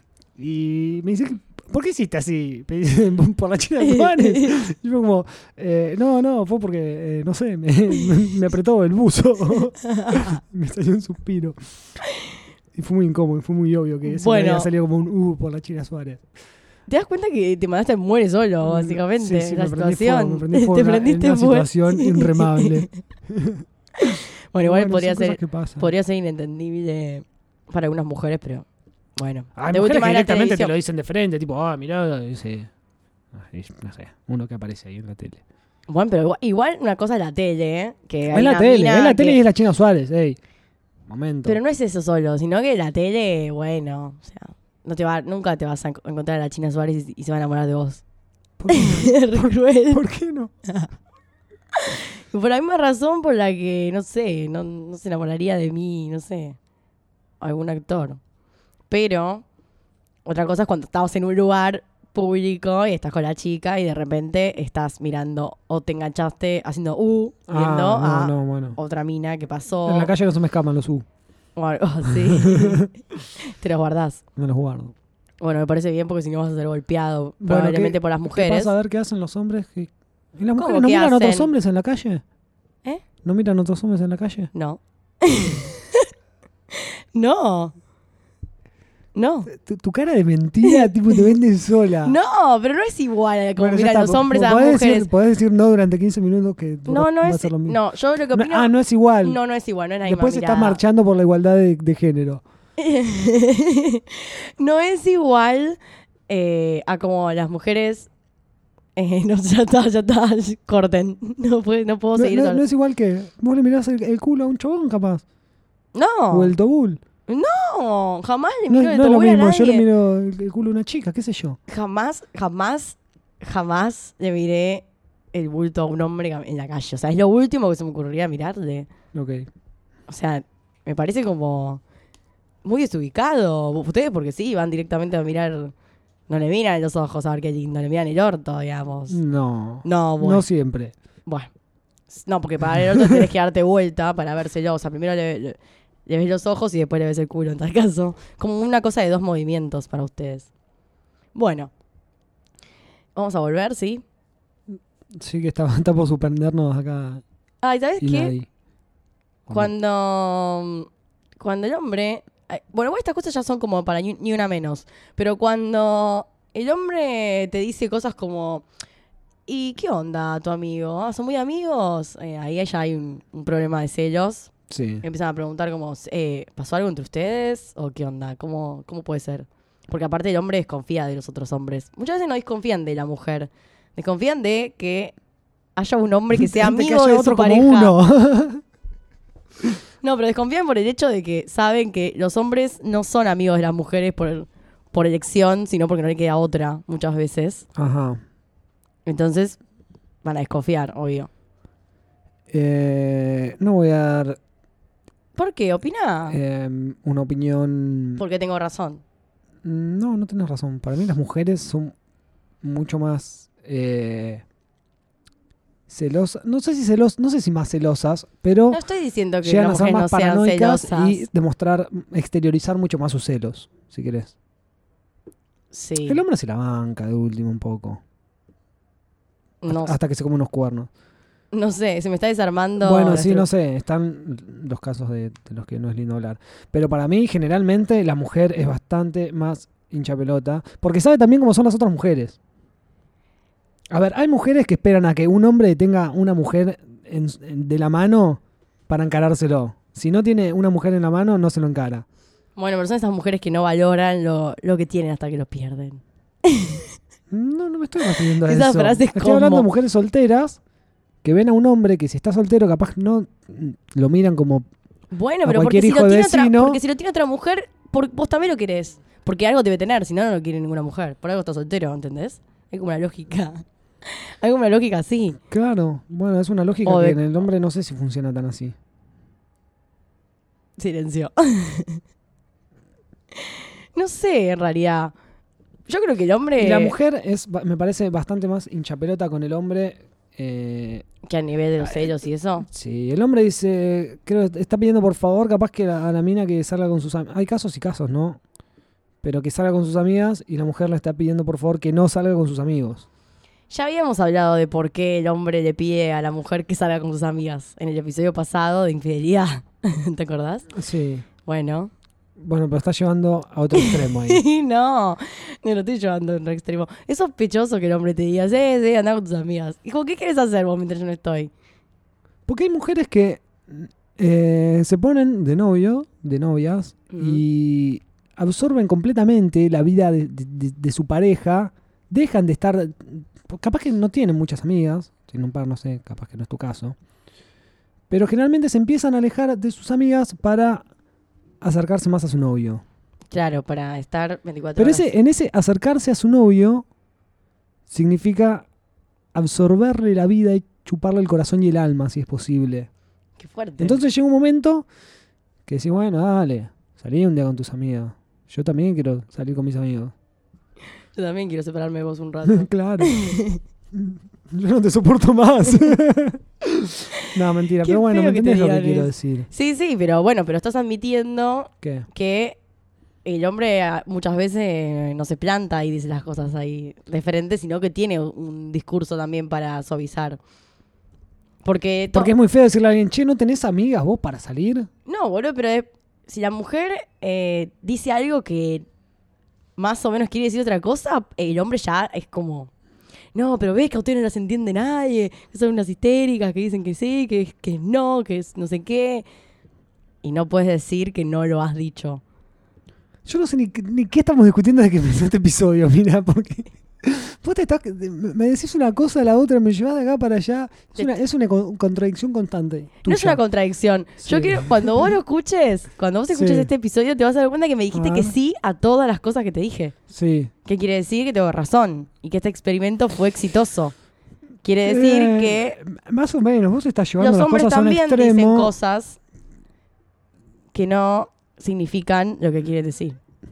[SPEAKER 1] y me dice, ¿por qué hiciste así? Por la China Suárez. Y yo como, eh, no, no, fue porque, eh, no sé, me, me, me apretó el buzo. Me salió un suspiro. Y fue muy incómodo, fue muy obvio que ese
[SPEAKER 2] Bueno.
[SPEAKER 1] había salido como un uh por la China Suárez.
[SPEAKER 2] ¿Te das cuenta que te mandaste muere solo, básicamente?
[SPEAKER 1] Sí, sí,
[SPEAKER 2] la
[SPEAKER 1] me prendí
[SPEAKER 2] situación.
[SPEAKER 1] fuego, me prendí fuego
[SPEAKER 2] Te
[SPEAKER 1] en una-
[SPEAKER 2] prendiste
[SPEAKER 1] en una
[SPEAKER 2] fuego.
[SPEAKER 1] situación inremable.
[SPEAKER 2] Bueno, igual
[SPEAKER 1] Bueno,
[SPEAKER 2] podría
[SPEAKER 1] son cosas
[SPEAKER 2] ser,
[SPEAKER 1] que pasan.
[SPEAKER 2] podría ser inentendible para algunas mujeres, pero bueno.
[SPEAKER 1] Hay
[SPEAKER 2] De
[SPEAKER 1] mujeres
[SPEAKER 2] última
[SPEAKER 1] que
[SPEAKER 2] es la
[SPEAKER 1] directamente te
[SPEAKER 2] televisión.
[SPEAKER 1] lo dicen de frente, tipo, ah, mirá, ese, no sé, uno que aparece ahí en la tele.
[SPEAKER 2] Bueno, pero igual, igual una cosa es la tele, ¿eh? Que hay
[SPEAKER 1] Es la
[SPEAKER 2] una
[SPEAKER 1] tele,
[SPEAKER 2] mina
[SPEAKER 1] es la
[SPEAKER 2] que-
[SPEAKER 1] tele y es la China Suárez, ey. Momento.
[SPEAKER 2] Pero no es eso solo, sino que la tele, bueno, o sea, no te va, nunca te vas a enco- encontrar a la China Suárez y, y se va a enamorar de vos.
[SPEAKER 1] ¿Por qué
[SPEAKER 2] Es re cruel.
[SPEAKER 1] no? ¿Por qué no?
[SPEAKER 2] Por la misma razón por la que, no sé, no, no se enamoraría de mí, no sé, algún actor. Pero, otra cosa es cuando estamos en un lugar público y estás con la chica y de repente estás mirando o te enganchaste haciendo uh, viendo
[SPEAKER 1] Ah,
[SPEAKER 2] a
[SPEAKER 1] no, no, bueno.
[SPEAKER 2] otra mina que pasó.
[SPEAKER 1] En la calle no se me escapan los U.
[SPEAKER 2] O algo así. Te los guardás.
[SPEAKER 1] Me los guardo.
[SPEAKER 2] Bueno, me parece bien porque si no vas a ser golpeado
[SPEAKER 1] Bueno,
[SPEAKER 2] probablemente
[SPEAKER 1] ¿qué-
[SPEAKER 2] por las
[SPEAKER 1] ¿Qué
[SPEAKER 2] mujeres.
[SPEAKER 1] pasa? A ver qué hacen los hombres. que- ¿Y las
[SPEAKER 2] ¿Cómo
[SPEAKER 1] mujeres no
[SPEAKER 2] qué
[SPEAKER 1] miran a otros
[SPEAKER 2] hacen?
[SPEAKER 1] hombres en la calle?
[SPEAKER 2] ¿Eh?
[SPEAKER 1] ¿No miran a otros hombres en la calle?
[SPEAKER 2] No. No. No.
[SPEAKER 1] Tu, tu cara de mentira, tipo, te vende sola.
[SPEAKER 2] No, pero no es igual a como
[SPEAKER 1] Bueno, ya
[SPEAKER 2] miran
[SPEAKER 1] está.
[SPEAKER 2] los hombres a las
[SPEAKER 1] Podés
[SPEAKER 2] mujeres.
[SPEAKER 1] Decir, podés decir no durante quince minutos que
[SPEAKER 2] No, no
[SPEAKER 1] va a
[SPEAKER 2] es.
[SPEAKER 1] ser lo mismo.
[SPEAKER 2] No, yo lo que
[SPEAKER 1] No,
[SPEAKER 2] opino.
[SPEAKER 1] ah, no es igual.
[SPEAKER 2] no, no es igual, no es la
[SPEAKER 1] Después
[SPEAKER 2] misma
[SPEAKER 1] estás
[SPEAKER 2] mirada.
[SPEAKER 1] marchando por la igualdad de, de género.
[SPEAKER 2] No es igual eh, a como las mujeres. Eh, no, ya está, ya está. Corten. No, puede- no puedo
[SPEAKER 1] No,
[SPEAKER 2] seguir
[SPEAKER 1] no-
[SPEAKER 2] solo.
[SPEAKER 1] no es igual que vos le mirás el, el culo a un chabón, capaz.
[SPEAKER 2] No,
[SPEAKER 1] O el tobul.
[SPEAKER 2] no, jamás le
[SPEAKER 1] No,
[SPEAKER 2] miro el
[SPEAKER 1] no es lo
[SPEAKER 2] tobul a
[SPEAKER 1] mismo. Yo le
[SPEAKER 2] nadie.
[SPEAKER 1] miro el, el culo a una chica, qué sé yo.
[SPEAKER 2] Jamás, jamás, jamás le miré el bulto a un hombre cam- en la calle. O sea, es lo último que se me ocurriría mirarle.
[SPEAKER 1] Ok.
[SPEAKER 2] O sea, me parece como muy desubicado. Ustedes porque sí, van directamente a mirar... No le miran en los ojos a ver qué lindo, le miran el orto, digamos.
[SPEAKER 1] No.
[SPEAKER 2] No, bueno.
[SPEAKER 1] No siempre.
[SPEAKER 2] Bueno. No, porque para el orto tenés que darte vuelta para vérselo. O sea, primero le, le- le ves los ojos y después le ves el culo, en tal caso. Como una cosa de dos movimientos para ustedes. Bueno. Vamos a volver, ¿sí?
[SPEAKER 1] Sí que está, está por suspendernos acá.
[SPEAKER 2] Ay, ¿sabes
[SPEAKER 1] Y
[SPEAKER 2] qué?
[SPEAKER 1] nadie.
[SPEAKER 2] Cuando, cuando el hombre... ay, Bueno, igual estas cosas ya son como para ni, ni una menos. Pero cuando el hombre te dice cosas como... ¿Y qué onda tu amigo? Ah, ¿son muy amigos? Eh, ahí ya hay un, un problema de celos.
[SPEAKER 1] Sí.
[SPEAKER 2] Empiezan a preguntar como... Eh, ¿pasó algo entre ustedes? ¿O qué onda? ¿Cómo, cómo puede ser? Porque aparte el hombre desconfía de los otros hombres. Muchas veces no desconfían de la mujer. Desconfían de que haya un hombre que sea
[SPEAKER 1] De que
[SPEAKER 2] amigo
[SPEAKER 1] haya
[SPEAKER 2] de
[SPEAKER 1] otro
[SPEAKER 2] su
[SPEAKER 1] como
[SPEAKER 2] pareja.
[SPEAKER 1] uno.
[SPEAKER 2] No, pero desconfían por el hecho de que saben que los hombres no son amigos de las mujeres por, por elección, sino porque no le queda otra muchas veces.
[SPEAKER 1] Ajá.
[SPEAKER 2] Entonces van a desconfiar, obvio.
[SPEAKER 1] Eh, no voy a dar
[SPEAKER 2] ¿Por qué? ¿Opina?
[SPEAKER 1] eh, una opinión.
[SPEAKER 2] Porque tengo razón.
[SPEAKER 1] No, no tienes razón. Para mí las mujeres son mucho más... eh, celosas, no sé si celos, no sé si más celosas, pero
[SPEAKER 2] No estoy diciendo que
[SPEAKER 1] llegan
[SPEAKER 2] las
[SPEAKER 1] a ser
[SPEAKER 2] mujeres no
[SPEAKER 1] más
[SPEAKER 2] sean
[SPEAKER 1] paranoicas
[SPEAKER 2] celosas.
[SPEAKER 1] y demostrar, exteriorizar mucho más sus celos, si querés.
[SPEAKER 2] Sí.
[SPEAKER 1] El hombre se la banca de último un poco.
[SPEAKER 2] No,
[SPEAKER 1] Hasta, hasta que se come unos cuernos.
[SPEAKER 2] no sé, se me está desarmando.
[SPEAKER 1] Bueno,
[SPEAKER 2] la
[SPEAKER 1] sí,
[SPEAKER 2] estru-
[SPEAKER 1] no sé, están los casos de, de los que no es lindo hablar. Pero para mí, generalmente, la mujer es bastante más hincha pelota, porque sabe también cómo son las otras mujeres. A ver, hay mujeres que esperan a que un hombre tenga una mujer en- en- de la mano para encarárselo. Si no tiene una mujer en la mano, no se lo encara.
[SPEAKER 2] Bueno, pero son esas mujeres que no valoran lo, lo que tienen hasta que lo pierden.
[SPEAKER 1] No, no me estoy refiriendo a
[SPEAKER 2] Esa
[SPEAKER 1] eso.
[SPEAKER 2] frase es
[SPEAKER 1] Estoy
[SPEAKER 2] como-
[SPEAKER 1] hablando de mujeres solteras que ven a un hombre que si está soltero capaz no mm, lo miran como...
[SPEAKER 2] Bueno,
[SPEAKER 1] A
[SPEAKER 2] pero porque
[SPEAKER 1] cualquier
[SPEAKER 2] si,
[SPEAKER 1] hijo
[SPEAKER 2] lo
[SPEAKER 1] de
[SPEAKER 2] tiene otra,
[SPEAKER 1] vecino.
[SPEAKER 2] porque si lo tiene otra mujer, por, vos también lo querés. Porque algo debe tener, si no, no lo quiere ninguna mujer. Por algo está soltero, ¿entendés? Hay como una lógica. Hay como una lógica así.
[SPEAKER 1] Claro, bueno, es una lógica
[SPEAKER 2] O
[SPEAKER 1] que
[SPEAKER 2] de-
[SPEAKER 1] en el hombre no sé si funciona tan así.
[SPEAKER 2] Silencio. No sé, en realidad. Yo creo que el hombre.
[SPEAKER 1] Y la mujer es, ba- me parece bastante más hinchapelota con el hombre. eh,
[SPEAKER 2] Que a nivel de los celos y eso.
[SPEAKER 1] sí, el hombre dice, creo que está pidiendo por favor, capaz que la- a la mina que salga con sus amigas. Hay casos y casos, ¿no? Pero que salga con sus amigas y la mujer le está pidiendo por favor que no salga con sus amigos.
[SPEAKER 2] Ya habíamos hablado de por qué el hombre le pide a la mujer que salga con sus amigas en el episodio pasado de infidelidad. ¿Te acordás?
[SPEAKER 1] Sí.
[SPEAKER 2] Bueno.
[SPEAKER 1] Bueno, pero está llevando a otro extremo ahí.
[SPEAKER 2] No, no lo estoy llevando en un extremo. Es sospechoso que el hombre te diga, sí, sí, anda con tus amigas. Hijo, ¿qué quieres hacer vos mientras yo no estoy?
[SPEAKER 1] Porque hay mujeres que eh, se ponen de novio, de novias,
[SPEAKER 2] Ujú.
[SPEAKER 1] y absorben completamente la vida de, de- de- de su pareja, dejan de estar, capaz que no tienen muchas amigas, tienen un par, no sé, capaz que no es tu caso, pero generalmente se empiezan a alejar de sus amigas para acercarse más a su novio.
[SPEAKER 2] Claro, para estar veinticuatro
[SPEAKER 1] Pero
[SPEAKER 2] horas.
[SPEAKER 1] ese, en ese acercarse a su novio significa absorberle la vida y chuparle el corazón y el alma, si es posible.
[SPEAKER 2] Qué fuerte.
[SPEAKER 1] Entonces llega un momento que decís, bueno, dale, salí un día con tus amigas. Yo también quiero salir con mis amigos.
[SPEAKER 2] Yo también quiero separarme de vos un rato.
[SPEAKER 1] Claro. Yo no te soporto más. No, mentira.
[SPEAKER 2] Qué
[SPEAKER 1] Pero bueno,
[SPEAKER 2] feo
[SPEAKER 1] ¿me
[SPEAKER 2] que te
[SPEAKER 1] entendés lo que
[SPEAKER 2] digan
[SPEAKER 1] quiero
[SPEAKER 2] eso.
[SPEAKER 1] decir?
[SPEAKER 2] Sí, sí, pero bueno, pero estás admitiendo
[SPEAKER 1] ¿Qué?
[SPEAKER 2] que el hombre ah, muchas veces eh, no se planta y dice las cosas ahí de frente, sino que tiene un discurso también para suavizar. Porque, to-
[SPEAKER 1] Porque es muy feo decirle a alguien, che, ¿no tenés amigas vos para salir?
[SPEAKER 2] No, boludo, pero es- si la mujer eh, dice algo que más o menos quiere decir otra cosa, el hombre ya es como... No, pero ves que a ustedes no las entiende nadie, que son unas histéricas, que dicen que sí, que, que no, que es no sé qué. Y no puedes decir que no lo has dicho.
[SPEAKER 1] Yo no sé ni, ni qué estamos discutiendo desde que empezó este episodio, mira, porque vos te estás, me decís una cosa, la otra, me llevás de acá para allá. Es
[SPEAKER 2] Te-
[SPEAKER 1] una, es una co- contradicción constante.
[SPEAKER 2] No es
[SPEAKER 1] tuya.
[SPEAKER 2] una contradicción. Yo
[SPEAKER 1] Sí.
[SPEAKER 2] quiero, cuando vos lo escuches, cuando vos escuches
[SPEAKER 1] Sí.
[SPEAKER 2] este episodio, te vas a dar cuenta que me dijiste
[SPEAKER 1] A
[SPEAKER 2] que
[SPEAKER 1] ver.
[SPEAKER 2] sí a todas las cosas que te dije.
[SPEAKER 1] Sí.
[SPEAKER 2] ¿Qué quiere decir? Que tengo razón. Y que este experimento fue exitoso. Quiere decir
[SPEAKER 1] Eh,
[SPEAKER 2] que
[SPEAKER 1] Más o menos, vos estás llevando
[SPEAKER 2] los
[SPEAKER 1] las
[SPEAKER 2] hombres
[SPEAKER 1] cosas a un
[SPEAKER 2] también dicen
[SPEAKER 1] extremo.
[SPEAKER 2] cosas que no significan lo que quieren decir.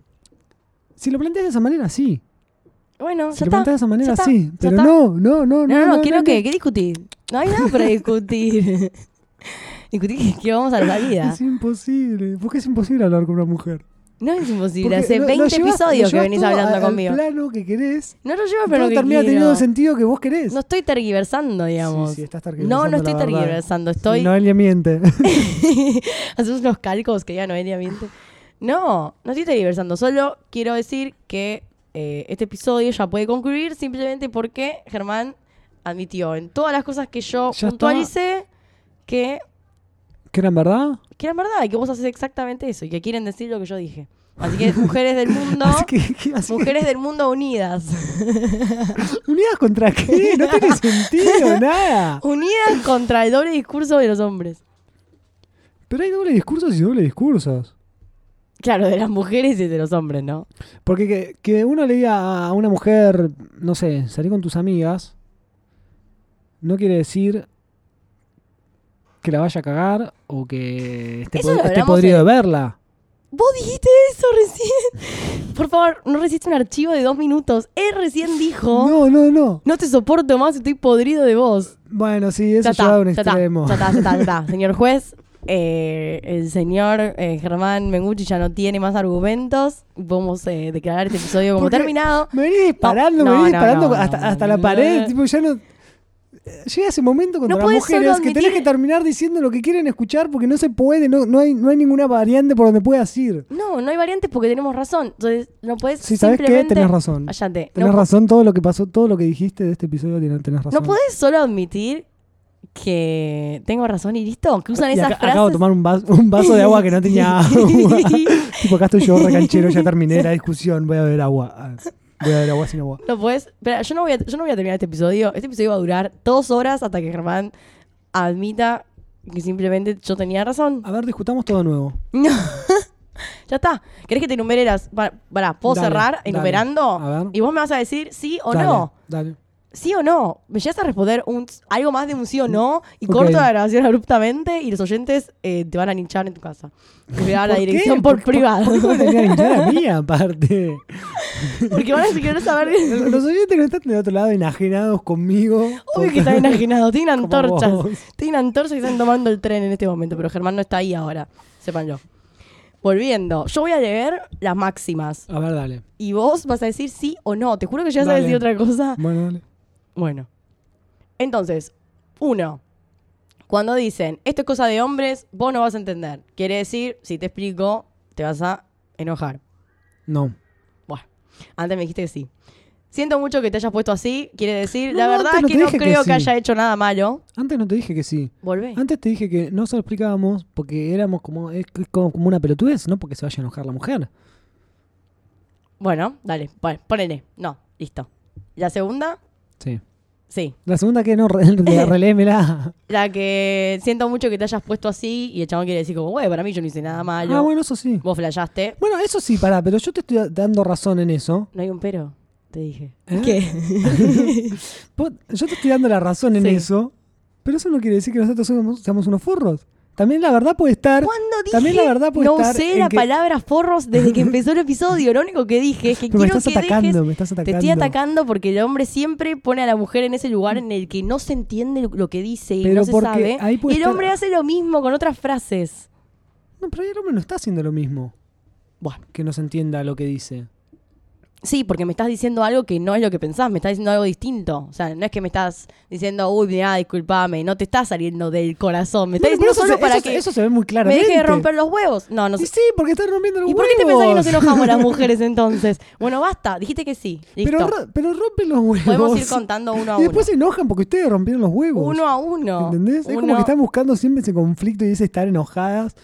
[SPEAKER 1] Si lo planteas de esa manera, sí.
[SPEAKER 2] Bueno,
[SPEAKER 1] Si
[SPEAKER 2] ya
[SPEAKER 1] lo
[SPEAKER 2] está.
[SPEAKER 1] planteas de esa manera,
[SPEAKER 2] ya está,
[SPEAKER 1] sí.
[SPEAKER 2] ya
[SPEAKER 1] Pero
[SPEAKER 2] está.
[SPEAKER 1] no, no, no,
[SPEAKER 2] No, no, no,
[SPEAKER 1] no.
[SPEAKER 2] ¿qué no, qué? ¿Qué discutir? No hay nada para discutir. Discutir que, que vamos a la salida.
[SPEAKER 1] Es imposible. ¿Por qué es imposible hablar con una mujer?
[SPEAKER 2] No es imposible.
[SPEAKER 1] Porque
[SPEAKER 2] Hace
[SPEAKER 1] lo- lo
[SPEAKER 2] veinte
[SPEAKER 1] llevas-
[SPEAKER 2] episodios
[SPEAKER 1] lo
[SPEAKER 2] que
[SPEAKER 1] llevas
[SPEAKER 2] venís
[SPEAKER 1] todo
[SPEAKER 2] hablando
[SPEAKER 1] al
[SPEAKER 2] conmigo.
[SPEAKER 1] plano que querés.
[SPEAKER 2] No lo llevo, pero
[SPEAKER 1] Todo
[SPEAKER 2] lo que
[SPEAKER 1] termina
[SPEAKER 2] quiero.
[SPEAKER 1] teniendo el sentido que vos querés.
[SPEAKER 2] No estoy tergiversando, digamos.
[SPEAKER 1] Sí, sí, estás
[SPEAKER 2] no,
[SPEAKER 1] tergiversando,
[SPEAKER 2] no estoy
[SPEAKER 1] la verdad.
[SPEAKER 2] tergiversando. Estoy...
[SPEAKER 1] Sí, Noelia miente.
[SPEAKER 2] Hacemos unos calcos que ya no miente. No, no estoy tergiversando. Solo quiero decir que eh, este episodio ya puede concluir simplemente porque Germán admitió en todas las cosas que yo
[SPEAKER 1] Ya
[SPEAKER 2] puntualicé que,
[SPEAKER 1] ¿Qué era en verdad?
[SPEAKER 2] que eran verdad y que vos haces exactamente eso y que quieren decir lo que yo dije. Así que mujeres del mundo,
[SPEAKER 1] Así que, que- así que-
[SPEAKER 2] mujeres del mundo unidas.
[SPEAKER 1] ¿Unidas contra qué? No tiene sentido, nada.
[SPEAKER 2] Unidas contra el doble discurso de los hombres.
[SPEAKER 1] Pero hay doble discursos y doble discursos.
[SPEAKER 2] Claro, de las mujeres y de los hombres, ¿no?
[SPEAKER 1] Porque que, que uno le diga a una mujer, no sé, salí con tus amigas, no quiere decir que la vaya a cagar o que esté,
[SPEAKER 2] Eso
[SPEAKER 1] pod-
[SPEAKER 2] lo
[SPEAKER 1] esté
[SPEAKER 2] hablamos
[SPEAKER 1] podrido
[SPEAKER 2] en-
[SPEAKER 1] de verla.
[SPEAKER 2] Vos dijiste eso recién. Por favor, no resiste un archivo de dos minutos. Él recién dijo...
[SPEAKER 1] No, no, no.
[SPEAKER 2] No te soporto más, estoy podrido de vos.
[SPEAKER 1] Bueno, sí, eso
[SPEAKER 2] Ya está,
[SPEAKER 1] lleva a un
[SPEAKER 2] ya está,
[SPEAKER 1] extremo.
[SPEAKER 2] ya está, ya está, ya está. Señor juez, eh, el señor eh, Germán Mengucci ya no tiene más argumentos. Podemos eh, declarar este episodio como
[SPEAKER 1] Porque
[SPEAKER 2] terminado.
[SPEAKER 1] Me venís disparando,
[SPEAKER 2] No,
[SPEAKER 1] me venís
[SPEAKER 2] no,
[SPEAKER 1] disparando
[SPEAKER 2] no,
[SPEAKER 1] hasta,
[SPEAKER 2] no,
[SPEAKER 1] hasta la
[SPEAKER 2] no,
[SPEAKER 1] pared.
[SPEAKER 2] no.
[SPEAKER 1] Tipo, ya no... Llega ese momento contra
[SPEAKER 2] No
[SPEAKER 1] las
[SPEAKER 2] podés
[SPEAKER 1] mujeres
[SPEAKER 2] solo
[SPEAKER 1] que tenés
[SPEAKER 2] admitir-
[SPEAKER 1] que terminar diciendo lo que quieren escuchar porque no se puede, no, no, hay, no hay ninguna variante por donde puedas ir.
[SPEAKER 2] No, no hay variantes porque tenemos razón. Entonces, no puedes
[SPEAKER 1] Sí, ¿sabes qué?
[SPEAKER 2] simplemente...
[SPEAKER 1] Tenés razón.
[SPEAKER 2] Cállate.
[SPEAKER 1] Tenés
[SPEAKER 2] no,
[SPEAKER 1] razón, todo lo que pasó, todo lo que dijiste de este episodio tenés, tenés razón.
[SPEAKER 2] No podés solo admitir que tengo razón y listo. Que usan
[SPEAKER 1] Y
[SPEAKER 2] esas
[SPEAKER 1] acá-
[SPEAKER 2] frases.
[SPEAKER 1] acabo de tomar un vaso, un vaso de agua que no tenía agua. Tipo, acá estoy yo, recanchero, ya terminé la discusión, voy a beber agua. Ah, Voy a beber agua sin agua.
[SPEAKER 2] No puedes. Espera, yo no voy a, yo no voy a terminar este episodio. Este episodio va a durar dos horas hasta que Germán admita que simplemente yo tenía razón.
[SPEAKER 1] A ver, discutamos todo de nuevo.
[SPEAKER 2] No. Ya está. ¿Querés que te enumere las... pa- Pará, ¿puedo
[SPEAKER 1] Dale,
[SPEAKER 2] cerrar
[SPEAKER 1] dale.
[SPEAKER 2] enumerando?
[SPEAKER 1] A ver.
[SPEAKER 2] Y vos me vas a decir sí o
[SPEAKER 1] Dale,
[SPEAKER 2] no.
[SPEAKER 1] Dale.
[SPEAKER 2] ¿Sí o no? Me llegas a responder un, algo más de un sí o no y
[SPEAKER 1] Ok.
[SPEAKER 2] corto la grabación abruptamente y los oyentes eh, te van a linchar en tu casa. Te voy a dar la
[SPEAKER 1] ¿Por qué?
[SPEAKER 2] dirección por,
[SPEAKER 1] ¿Por-
[SPEAKER 2] privado.
[SPEAKER 1] ¿Por qué me tenía que hinchar a mí, aparte?
[SPEAKER 2] Porque van a querer saber...
[SPEAKER 1] Los oyentes no están del otro lado enajenados conmigo.
[SPEAKER 2] Obvio que están enajenados. Tienen
[SPEAKER 1] Como
[SPEAKER 2] antorchas.
[SPEAKER 1] vos.
[SPEAKER 2] Tienen antorchas y están tomando el tren en este momento. Pero Germán no está ahí ahora. Sépanlo. Volviendo. Yo voy a leer las máximas.
[SPEAKER 1] A ver, dale.
[SPEAKER 2] Y vos vas a decir sí o no. Te juro que llegas a
[SPEAKER 1] Dale.
[SPEAKER 2] decir otra cosa.
[SPEAKER 1] Bueno, dale.
[SPEAKER 2] Bueno. Entonces, uno. Cuando dicen, esto es cosa de hombres, vos no vas a entender. Quiere decir, si te explico, te vas a enojar.
[SPEAKER 1] No.
[SPEAKER 2] Bueno, antes me dijiste que sí. Siento mucho que te hayas puesto así. Quiere decir,
[SPEAKER 1] No,
[SPEAKER 2] la
[SPEAKER 1] no,
[SPEAKER 2] verdad
[SPEAKER 1] antes no
[SPEAKER 2] es que
[SPEAKER 1] te
[SPEAKER 2] no
[SPEAKER 1] dije que
[SPEAKER 2] creo que,
[SPEAKER 1] sí.
[SPEAKER 2] haya hecho nada malo.
[SPEAKER 1] Antes no te dije que sí.
[SPEAKER 2] Volvé.
[SPEAKER 1] Antes te dije que no se lo explicábamos porque éramos como, es como, como una pelotudez, no porque se vaya a enojar la mujer.
[SPEAKER 2] Bueno, dale. Bueno, ponele. No, listo. ¿La segunda?
[SPEAKER 1] Sí.
[SPEAKER 2] Sí.
[SPEAKER 1] La segunda que no, re, re- reléemela.
[SPEAKER 2] La que siento mucho que te hayas puesto así y el chabón quiere decir como, güey, para mí yo no hice nada malo.
[SPEAKER 1] Ah, bueno, eso sí.
[SPEAKER 2] Vos flashaste.
[SPEAKER 1] Bueno, eso sí, pará, pero yo te estoy dando razón en eso.
[SPEAKER 2] No hay un pero, te dije.
[SPEAKER 1] ¿Eh?
[SPEAKER 2] ¿Qué?
[SPEAKER 1] Vos- Yo te estoy dando la razón en
[SPEAKER 2] Sí.
[SPEAKER 1] eso, pero eso no quiere decir que nosotros somos, seamos unos forros. También la verdad puede estar...
[SPEAKER 2] ¿Cuándo dije?
[SPEAKER 1] También la verdad puede
[SPEAKER 2] no
[SPEAKER 1] estar
[SPEAKER 2] usé
[SPEAKER 1] en
[SPEAKER 2] la
[SPEAKER 1] que-
[SPEAKER 2] palabra forros desde que empezó el episodio. Lo único que dije es que
[SPEAKER 1] Pero me
[SPEAKER 2] quiero
[SPEAKER 1] estás
[SPEAKER 2] que
[SPEAKER 1] atacando,
[SPEAKER 2] dejes...
[SPEAKER 1] me estás atacando.
[SPEAKER 2] Te estoy atacando porque el hombre siempre pone a la mujer en ese lugar en el que no se entiende lo que dice y
[SPEAKER 1] Pero
[SPEAKER 2] no se
[SPEAKER 1] porque
[SPEAKER 2] sabe.
[SPEAKER 1] ahí puede
[SPEAKER 2] Y el
[SPEAKER 1] estar-
[SPEAKER 2] hombre hace lo mismo con otras frases.
[SPEAKER 1] No, pero ahí el hombre no está haciendo lo mismo.
[SPEAKER 2] Bueno.
[SPEAKER 1] Que no se entienda lo que dice.
[SPEAKER 2] Sí, porque me estás diciendo algo que no es lo que pensás, me estás diciendo algo distinto. O sea, no es que me estás diciendo, uy, mirá, disculpame, no te está saliendo del corazón. Me estás
[SPEAKER 1] Bueno, pero
[SPEAKER 2] diciendo
[SPEAKER 1] eso,
[SPEAKER 2] solo
[SPEAKER 1] se,
[SPEAKER 2] para
[SPEAKER 1] eso, se-
[SPEAKER 2] que
[SPEAKER 1] eso se ve muy
[SPEAKER 2] me
[SPEAKER 1] claramente.
[SPEAKER 2] deje de romper los huevos. No, no
[SPEAKER 1] Y
[SPEAKER 2] sé.
[SPEAKER 1] sí, porque estás rompiendo los
[SPEAKER 2] ¿Y
[SPEAKER 1] huevos.
[SPEAKER 2] por qué te pensás que nos enojamos las mujeres entonces? Bueno, basta, dijiste que sí. Listo.
[SPEAKER 1] Pero, ro- pero rompen los huevos.
[SPEAKER 2] Podemos ir contando uno a
[SPEAKER 1] Y
[SPEAKER 2] uno.
[SPEAKER 1] después se enojan porque ustedes rompieron los huevos.
[SPEAKER 2] Uno a uno.
[SPEAKER 1] ¿Entendés? Es como
[SPEAKER 2] Uno-
[SPEAKER 1] que están buscando siempre ese conflicto y ese estar enojadas.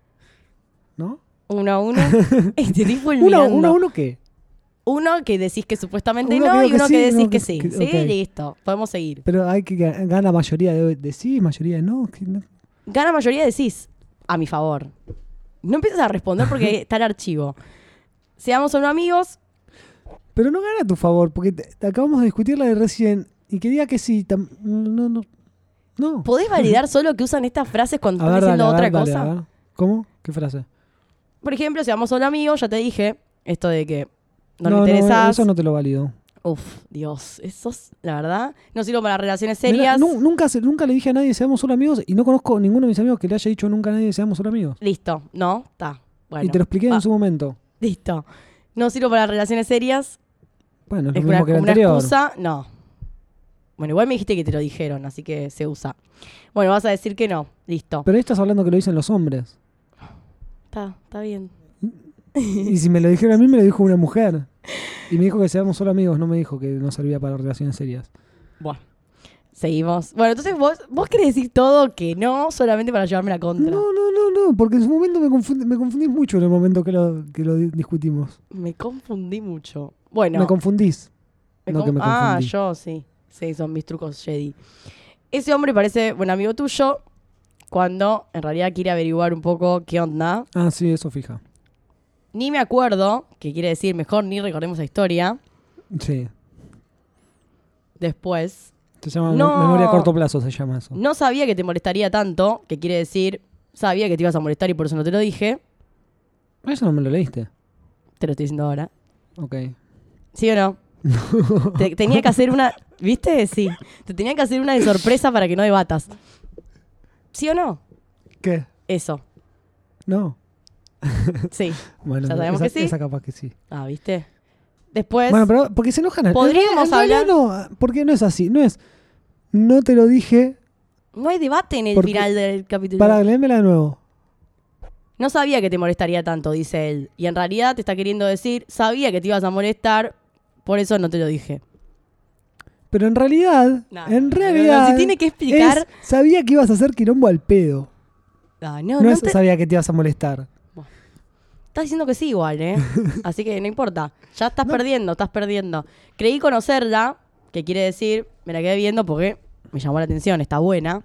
[SPEAKER 1] ¿No?
[SPEAKER 2] Uno a uno. Este tipo
[SPEAKER 1] ¿Uno,
[SPEAKER 2] fulminando.
[SPEAKER 1] uno a uno qué?
[SPEAKER 2] Uno que decís que supuestamente
[SPEAKER 1] Uno
[SPEAKER 2] no
[SPEAKER 1] que
[SPEAKER 2] y
[SPEAKER 1] digo
[SPEAKER 2] uno
[SPEAKER 1] que
[SPEAKER 2] que
[SPEAKER 1] sí,
[SPEAKER 2] decís
[SPEAKER 1] uno
[SPEAKER 2] que,
[SPEAKER 1] que-
[SPEAKER 2] sí.
[SPEAKER 1] que-
[SPEAKER 2] Sí,
[SPEAKER 1] ok.
[SPEAKER 2] listo. Podemos seguir.
[SPEAKER 1] Pero hay que ga- gana mayoría de, de sí, mayoría de no. que no.
[SPEAKER 2] Gana mayoría decís a mi favor. No empieces a responder porque está el archivo. Seamos solo amigos.
[SPEAKER 1] Pero no gana a tu favor, porque te- te acabamos de discutir la de recién y que diga que sí. tam- no, no. No.
[SPEAKER 2] ¿Podés validar solo que usan estas frases cuando
[SPEAKER 1] A
[SPEAKER 2] están
[SPEAKER 1] ver,
[SPEAKER 2] diciendo
[SPEAKER 1] dale, a
[SPEAKER 2] otra
[SPEAKER 1] ver, dale,
[SPEAKER 2] cosa?
[SPEAKER 1] a ver. ¿Cómo? ¿Qué frase?
[SPEAKER 2] Por ejemplo, seamos solo amigos, ya te dije esto de que no,
[SPEAKER 1] no,
[SPEAKER 2] me interesás.
[SPEAKER 1] eso no te lo valido.
[SPEAKER 2] Uf, Dios, eso es, la verdad, no sirvo para relaciones
[SPEAKER 1] Mirá,
[SPEAKER 2] serias.
[SPEAKER 1] nu- nunca, se- nunca le dije a nadie seamos solo amigos y no conozco ninguno de mis amigos que le haya dicho nunca a nadie seamos solo amigos.
[SPEAKER 2] Listo, no, está. Bueno,
[SPEAKER 1] y te lo expliqué
[SPEAKER 2] va,
[SPEAKER 1] en su momento.
[SPEAKER 2] listo. No sirvo para relaciones serias.
[SPEAKER 1] Bueno, es,
[SPEAKER 2] Es
[SPEAKER 1] lo
[SPEAKER 2] una,
[SPEAKER 1] mismo que el
[SPEAKER 2] como una
[SPEAKER 1] anterior.
[SPEAKER 2] excusa. No. Bueno, igual me dijiste que te lo dijeron, así que se usa. Bueno, vas a decir que no. Listo.
[SPEAKER 1] Pero ahí estás hablando que lo dicen los hombres.
[SPEAKER 2] Está, está bien.
[SPEAKER 1] Y si me lo dijeron a mí, me lo dijo una mujer. Y me dijo que seamos solo amigos, no me dijo que no servía para relaciones serias.
[SPEAKER 2] Bueno, seguimos. Bueno, entonces vos, vos querés decir todo que no, solamente para llevarme la contra.
[SPEAKER 1] No, no, no, no, porque en su momento me confundí, me confundí mucho en el momento que lo, que lo di- discutimos.
[SPEAKER 2] Me confundí mucho. Bueno.
[SPEAKER 1] Me confundís.
[SPEAKER 2] Me
[SPEAKER 1] no
[SPEAKER 2] con-
[SPEAKER 1] que me
[SPEAKER 2] ah,
[SPEAKER 1] confundí.
[SPEAKER 2] yo sí. Sí, son mis trucos Jedi. Ese hombre parece buen amigo tuyo cuando en realidad quiere averiguar un poco qué onda.
[SPEAKER 1] Ah, sí, eso fija.
[SPEAKER 2] Ni me acuerdo, que quiere decir mejor ni recordemos la historia.
[SPEAKER 1] Sí.
[SPEAKER 2] Después,
[SPEAKER 1] Se llama
[SPEAKER 2] No.
[SPEAKER 1] memoria a corto plazo, se llama eso.
[SPEAKER 2] no sabía que te molestaría tanto, que quiere decir, sabía que te ibas a molestar y por eso no te lo dije.
[SPEAKER 1] Eso no me lo leíste.
[SPEAKER 2] Te lo estoy diciendo ahora.
[SPEAKER 1] Ok.
[SPEAKER 2] ¿Sí o no? Te, tenía que hacer una... ¿Viste? Sí. Te tenía que hacer una de sorpresa para que no debatas. ¿Sí o no?
[SPEAKER 1] ¿Qué?
[SPEAKER 2] Eso.
[SPEAKER 1] No.
[SPEAKER 2] Sí.
[SPEAKER 1] Bueno,
[SPEAKER 2] Ya sabemos
[SPEAKER 1] esa,
[SPEAKER 2] que sí.
[SPEAKER 1] esa capaz que sí.
[SPEAKER 2] Ah, ¿viste? Después...
[SPEAKER 1] Bueno, pero porque se enojan.
[SPEAKER 2] Podríamos
[SPEAKER 1] en realidad,
[SPEAKER 2] hablar-
[SPEAKER 1] No, porque no es así. No es... No te lo dije...
[SPEAKER 2] No hay debate en el
[SPEAKER 1] Porque-
[SPEAKER 2] final del capítulo.
[SPEAKER 1] Para, léemela de nuevo.
[SPEAKER 2] No sabía que te molestaría tanto, dice él. Y en realidad te está queriendo decir, sabía que te ibas a molestar, por eso no te lo dije.
[SPEAKER 1] Pero en realidad...
[SPEAKER 2] No,
[SPEAKER 1] en
[SPEAKER 2] no,
[SPEAKER 1] realidad...
[SPEAKER 2] no, si tiene que explicar-
[SPEAKER 1] es, sabía que ibas a hacer quilombo al pedo.
[SPEAKER 2] Ah,
[SPEAKER 1] No,
[SPEAKER 2] no, no
[SPEAKER 1] es
[SPEAKER 2] te...
[SPEAKER 1] sabía que te ibas a molestar.
[SPEAKER 2] Estás diciendo que sí igual, ¿eh? Así que no importa. Ya estás
[SPEAKER 1] No.
[SPEAKER 2] perdiendo, estás perdiendo. Creí conocerla, que quiere decir, me la quedé viendo porque me llamó la atención, está buena.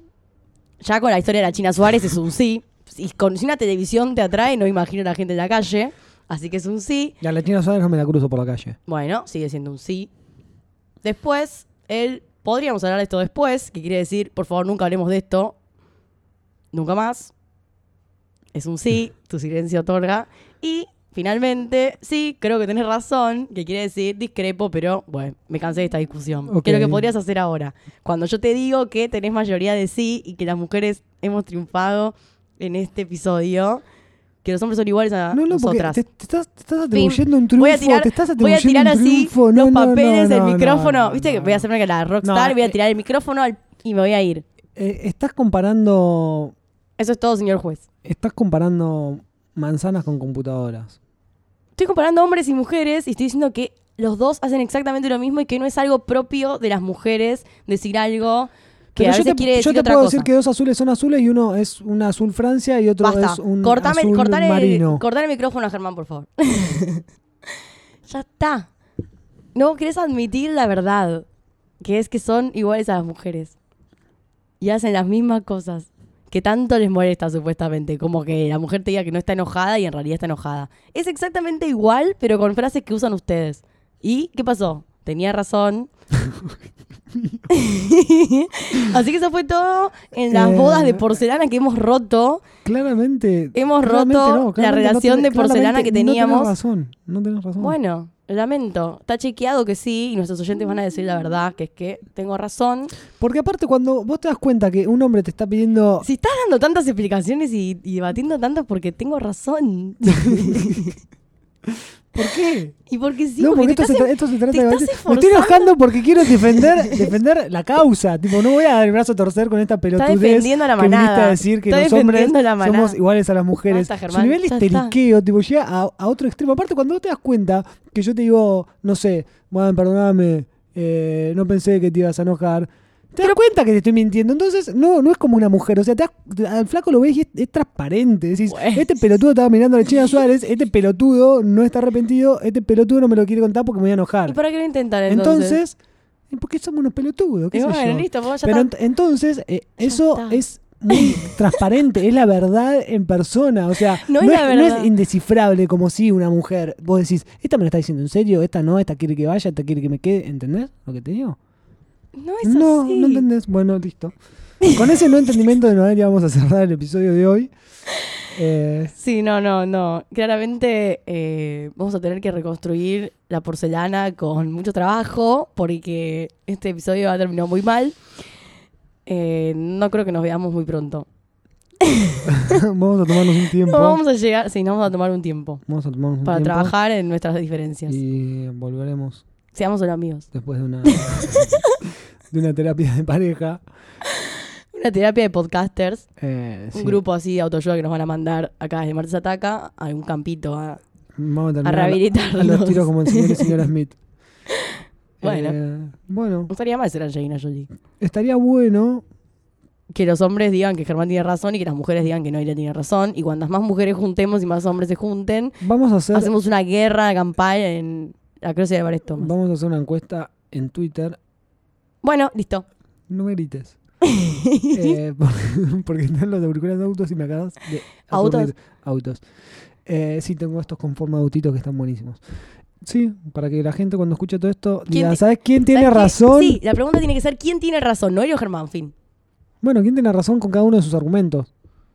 [SPEAKER 2] Ya con la historia de la China Suárez es un sí. Y con, si una televisión te atrae, no imagino a la gente en la calle. Así que es un sí.
[SPEAKER 1] Ya la China Suárez no me la cruzo por la calle.
[SPEAKER 2] Bueno, sigue siendo un sí. Después, él, podríamos hablar de esto después, que quiere decir, por favor, nunca hablemos de esto. Nunca más. Es un sí, tu silencio otorga. Y, finalmente, sí, creo que tenés razón, que quiere decir discrepo, pero, bueno, me cansé de esta discusión.
[SPEAKER 1] Ok.
[SPEAKER 2] ¿Qué es lo que podrías hacer ahora? Cuando yo te digo que tenés mayoría de sí y que las mujeres hemos triunfado en este episodio, que los hombres son iguales a
[SPEAKER 1] No, no, porque
[SPEAKER 2] nosotras.
[SPEAKER 1] te, te estás, te estás atribuyendo un triunfo.
[SPEAKER 2] Voy a tirar,
[SPEAKER 1] te estás
[SPEAKER 2] voy a
[SPEAKER 1] atribuyendo
[SPEAKER 2] tirar
[SPEAKER 1] un
[SPEAKER 2] así
[SPEAKER 1] triunfo. No,
[SPEAKER 2] los
[SPEAKER 1] no, no,
[SPEAKER 2] papeles del
[SPEAKER 1] no, no,
[SPEAKER 2] micrófono.
[SPEAKER 1] no,
[SPEAKER 2] Viste que
[SPEAKER 1] no.
[SPEAKER 2] voy a hacerme que la rockstar,
[SPEAKER 1] No,
[SPEAKER 2] voy a
[SPEAKER 1] eh,
[SPEAKER 2] tirar el micrófono al- y me voy a ir.
[SPEAKER 1] Eh, estás comparando...
[SPEAKER 2] Eso es todo, señor juez.
[SPEAKER 1] Estás comparando manzanas con computadoras.
[SPEAKER 2] Estoy comparando hombres y mujeres y estoy diciendo que los dos hacen exactamente lo mismo y que no es algo propio de las mujeres decir algo que
[SPEAKER 1] Pero
[SPEAKER 2] a
[SPEAKER 1] yo
[SPEAKER 2] veces
[SPEAKER 1] te,
[SPEAKER 2] quiere
[SPEAKER 1] yo
[SPEAKER 2] decir
[SPEAKER 1] te
[SPEAKER 2] otra
[SPEAKER 1] puedo
[SPEAKER 2] cosa.
[SPEAKER 1] decir que dos azules son azules y uno es un azul Francia y otro
[SPEAKER 2] Basta.
[SPEAKER 1] es un
[SPEAKER 2] Cortame,
[SPEAKER 1] azul
[SPEAKER 2] cortar,
[SPEAKER 1] marino.
[SPEAKER 2] el, cortar el micrófono a Germán, por favor. Ya está. No querés admitir la verdad, que es que son iguales a las mujeres. Y hacen las mismas cosas. Que tanto les molesta, supuestamente. Como que la mujer te diga que no está enojada y en realidad está enojada. Es exactamente igual, pero con frases que usan ustedes. ¿Y qué pasó? Tenía razón. Así que eso fue todo en las
[SPEAKER 1] Eh,
[SPEAKER 2] bodas de porcelana que hemos roto.
[SPEAKER 1] Claramente...
[SPEAKER 2] Hemos
[SPEAKER 1] claramente
[SPEAKER 2] roto
[SPEAKER 1] no,
[SPEAKER 2] la
[SPEAKER 1] claramente no
[SPEAKER 2] relación
[SPEAKER 1] tenés-
[SPEAKER 2] de porcelana
[SPEAKER 1] claramente
[SPEAKER 2] que teníamos.
[SPEAKER 1] No tenés razón, no tenés razón.
[SPEAKER 2] Bueno, lamento. Está chequeado que sí y nuestros oyentes van a decir la verdad, que es que tengo razón.
[SPEAKER 1] Porque aparte cuando vos te das cuenta que un hombre te está pidiendo...
[SPEAKER 2] Si estás dando tantas explicaciones y, y debatiendo tanto es porque tengo razón.
[SPEAKER 1] ¿Por qué?
[SPEAKER 2] Y porque sí,
[SPEAKER 1] no,
[SPEAKER 2] porque,
[SPEAKER 1] porque
[SPEAKER 2] te
[SPEAKER 1] esto,
[SPEAKER 2] estás
[SPEAKER 1] se, tra- esto se trata
[SPEAKER 2] te
[SPEAKER 1] de
[SPEAKER 2] estás
[SPEAKER 1] debatir. Me estoy
[SPEAKER 2] esforzando.
[SPEAKER 1] enojando porque quiero defender defender la causa. Tipo, no voy a dar el brazo a torcer con esta pelotudez
[SPEAKER 2] defendiendo a la
[SPEAKER 1] que viniste
[SPEAKER 2] manada.
[SPEAKER 1] a decir que
[SPEAKER 2] Está
[SPEAKER 1] los hombres
[SPEAKER 2] defendiendo a la manada.
[SPEAKER 1] somos iguales a las mujeres.
[SPEAKER 2] Basta,
[SPEAKER 1] Su
[SPEAKER 2] Germán,
[SPEAKER 1] nivel de
[SPEAKER 2] ya está.
[SPEAKER 1] histeriqueo, tipo, llega a, a otro extremo. Aparte, cuando vos te das cuenta que yo te digo, no sé, bueno, perdóname, eh, no pensé que te ibas a enojar. Te das cuenta que te estoy mintiendo. Entonces, no, no es como una mujer. O sea, te das- al flaco lo ves y es, es transparente. Decís,
[SPEAKER 2] Bueno.
[SPEAKER 1] este pelotudo estaba mirando a la China Suárez, este pelotudo no está arrepentido, este pelotudo no me lo quiere contar porque me voy a enojar.
[SPEAKER 2] ¿Y para qué lo intentan entonces?
[SPEAKER 1] Entonces, ¿y ¿por qué somos unos pelotudos? ¿Qué
[SPEAKER 2] Y
[SPEAKER 1] sé
[SPEAKER 2] bueno,
[SPEAKER 1] yo?
[SPEAKER 2] listo, pues ya
[SPEAKER 1] Pero
[SPEAKER 2] está.
[SPEAKER 1] ent- entonces, eh,
[SPEAKER 2] Ya
[SPEAKER 1] eso
[SPEAKER 2] está.
[SPEAKER 1] es muy transparente, es la verdad en persona. O sea,
[SPEAKER 2] No
[SPEAKER 1] no,
[SPEAKER 2] es
[SPEAKER 1] es,
[SPEAKER 2] la
[SPEAKER 1] no
[SPEAKER 2] verdad.
[SPEAKER 1] es indescifrable como si una mujer, vos decís, esta me la está diciendo en serio, esta no, esta quiere que vaya, esta quiere que me quede. ¿Entendés lo que te digo?
[SPEAKER 2] No es
[SPEAKER 1] No,
[SPEAKER 2] así.
[SPEAKER 1] no entendés. Bueno, listo. Con ese no entendimiento de Noelia vamos a cerrar el episodio de hoy. Eh,
[SPEAKER 2] Sí, no, no, no. Claramente eh, vamos a tener que reconstruir la porcelana con mucho trabajo porque este episodio ha terminado muy mal. Eh, no creo que nos veamos muy pronto.
[SPEAKER 1] vamos a tomarnos un tiempo.
[SPEAKER 2] No vamos a llegar, sí, nos vamos a tomar un tiempo
[SPEAKER 1] Vamos a tomarnos un
[SPEAKER 2] para
[SPEAKER 1] tiempo
[SPEAKER 2] trabajar en nuestras diferencias.
[SPEAKER 1] y volveremos
[SPEAKER 2] Seamos solo amigos.
[SPEAKER 1] después de una de una terapia de pareja.
[SPEAKER 2] Una terapia de podcasters,
[SPEAKER 1] Eh,
[SPEAKER 2] un
[SPEAKER 1] sí.
[SPEAKER 2] grupo así de autoayuda que nos van a mandar acá desde Martes Ataca a algún campito a,
[SPEAKER 1] Vamos a
[SPEAKER 2] a
[SPEAKER 1] terminar
[SPEAKER 2] rehabilitarnos.
[SPEAKER 1] a los tiros como el señor y señora Smith.
[SPEAKER 2] Bueno.
[SPEAKER 1] Eh, bueno,
[SPEAKER 2] No estaría mal ser Angelina Jolie.
[SPEAKER 1] estaría bueno.
[SPEAKER 2] Que los hombres digan que Germán tiene razón y que las mujeres digan que Noelia tiene razón. Y cuantas más mujeres juntemos y más hombres se junten,
[SPEAKER 1] Vamos a hacer
[SPEAKER 2] hacemos una guerra campal en la Cruz de Bares Thomas.
[SPEAKER 1] vamos a hacer una encuesta en Twitter.
[SPEAKER 2] Bueno, listo.
[SPEAKER 1] No me grites. Eh, por- porque están los auriculares de autos y me acabas de
[SPEAKER 2] ¿Autos?
[SPEAKER 1] aturdir. Autos. Eh, sí, tengo estos con forma de autitos que están buenísimos. Sí, para que la gente cuando escuche todo esto
[SPEAKER 2] ¿Quién
[SPEAKER 1] diga,
[SPEAKER 2] ti-
[SPEAKER 1] ¿sabes quién tiene
[SPEAKER 2] ¿Sabes qué?
[SPEAKER 1] razón?
[SPEAKER 2] Sí, la pregunta tiene que ser ¿quién tiene razón? ¿Noelia o Germán? Fin.
[SPEAKER 1] Bueno, ¿quién tiene razón con cada uno de sus argumentos?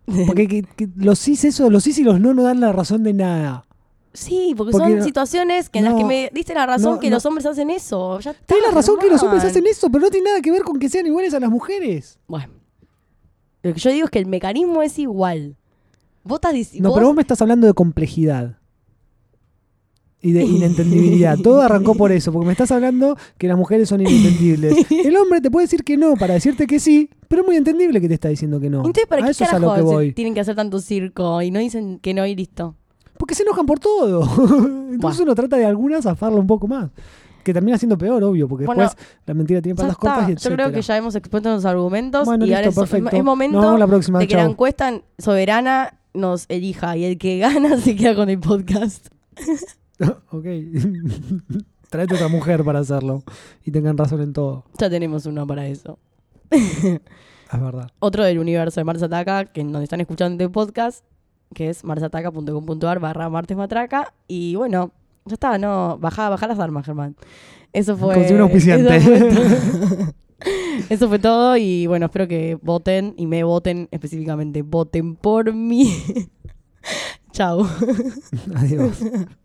[SPEAKER 1] Porque que, que los sí eso, los sí y los no no dan la razón de nada.
[SPEAKER 2] Sí, porque,
[SPEAKER 1] Porque
[SPEAKER 2] son
[SPEAKER 1] no-
[SPEAKER 2] situaciones que en
[SPEAKER 1] no,
[SPEAKER 2] las que me diste la razón
[SPEAKER 1] no,
[SPEAKER 2] que
[SPEAKER 1] no.
[SPEAKER 2] los hombres hacen eso. Ya está,
[SPEAKER 1] Tienes la razón que los hombres
[SPEAKER 2] normal.
[SPEAKER 1] hacen eso, pero no tiene nada que ver con que sean iguales a las mujeres.
[SPEAKER 2] Bueno, lo que yo digo es que el mecanismo es igual. Vos estás diciendo...
[SPEAKER 1] No, pero vos me estás hablando de complejidad. Y de inentendibilidad. Todo arrancó por eso, porque me estás hablando que las mujeres son inentendibles. El hombre te puede decir que no para decirte que sí, pero es muy entendible que te está diciendo que no.
[SPEAKER 2] Entonces, ¿para
[SPEAKER 1] a
[SPEAKER 2] qué
[SPEAKER 1] eso es a lo que
[SPEAKER 2] carajo se
[SPEAKER 1] voy.
[SPEAKER 2] tienen que hacer tanto circo y no dicen que no y listo?
[SPEAKER 1] Porque se enojan por todo. Entonces
[SPEAKER 2] Bueno.
[SPEAKER 1] uno trata de algunas zafarla un poco más. Que termina siendo peor, obvio, porque
[SPEAKER 2] Bueno,
[SPEAKER 1] después la mentira tiene
[SPEAKER 2] Ya
[SPEAKER 1] patas
[SPEAKER 2] está.
[SPEAKER 1] cortas y
[SPEAKER 2] Yo
[SPEAKER 1] etcétera.
[SPEAKER 2] creo que ya hemos expuesto los argumentos
[SPEAKER 1] Bueno,
[SPEAKER 2] y
[SPEAKER 1] listo,
[SPEAKER 2] ahora es,
[SPEAKER 1] perfecto.
[SPEAKER 2] es momento
[SPEAKER 1] Nos vemos la próxima.
[SPEAKER 2] de que la
[SPEAKER 1] Chau.
[SPEAKER 2] encuesta soberana nos elija y el que gana se queda con el podcast.
[SPEAKER 1] Ok. Tráete otra mujer para hacerlo. Y tengan razón en todo.
[SPEAKER 2] Ya tenemos uno para eso.
[SPEAKER 1] Es verdad.
[SPEAKER 2] Otro del universo de Mars Ataca, que nos están escuchando en el podcast, que es marsataca punto com punto ar barra martesmatraca. Y bueno, ya está, no, bajá, bajá las armas, Germán. Eso fue...
[SPEAKER 1] Conseguí un auspiciante.
[SPEAKER 2] Eso fue, todo. Eso fue todo y bueno, espero que voten y me voten específicamente. Voten por mí. Chao.
[SPEAKER 1] Adiós.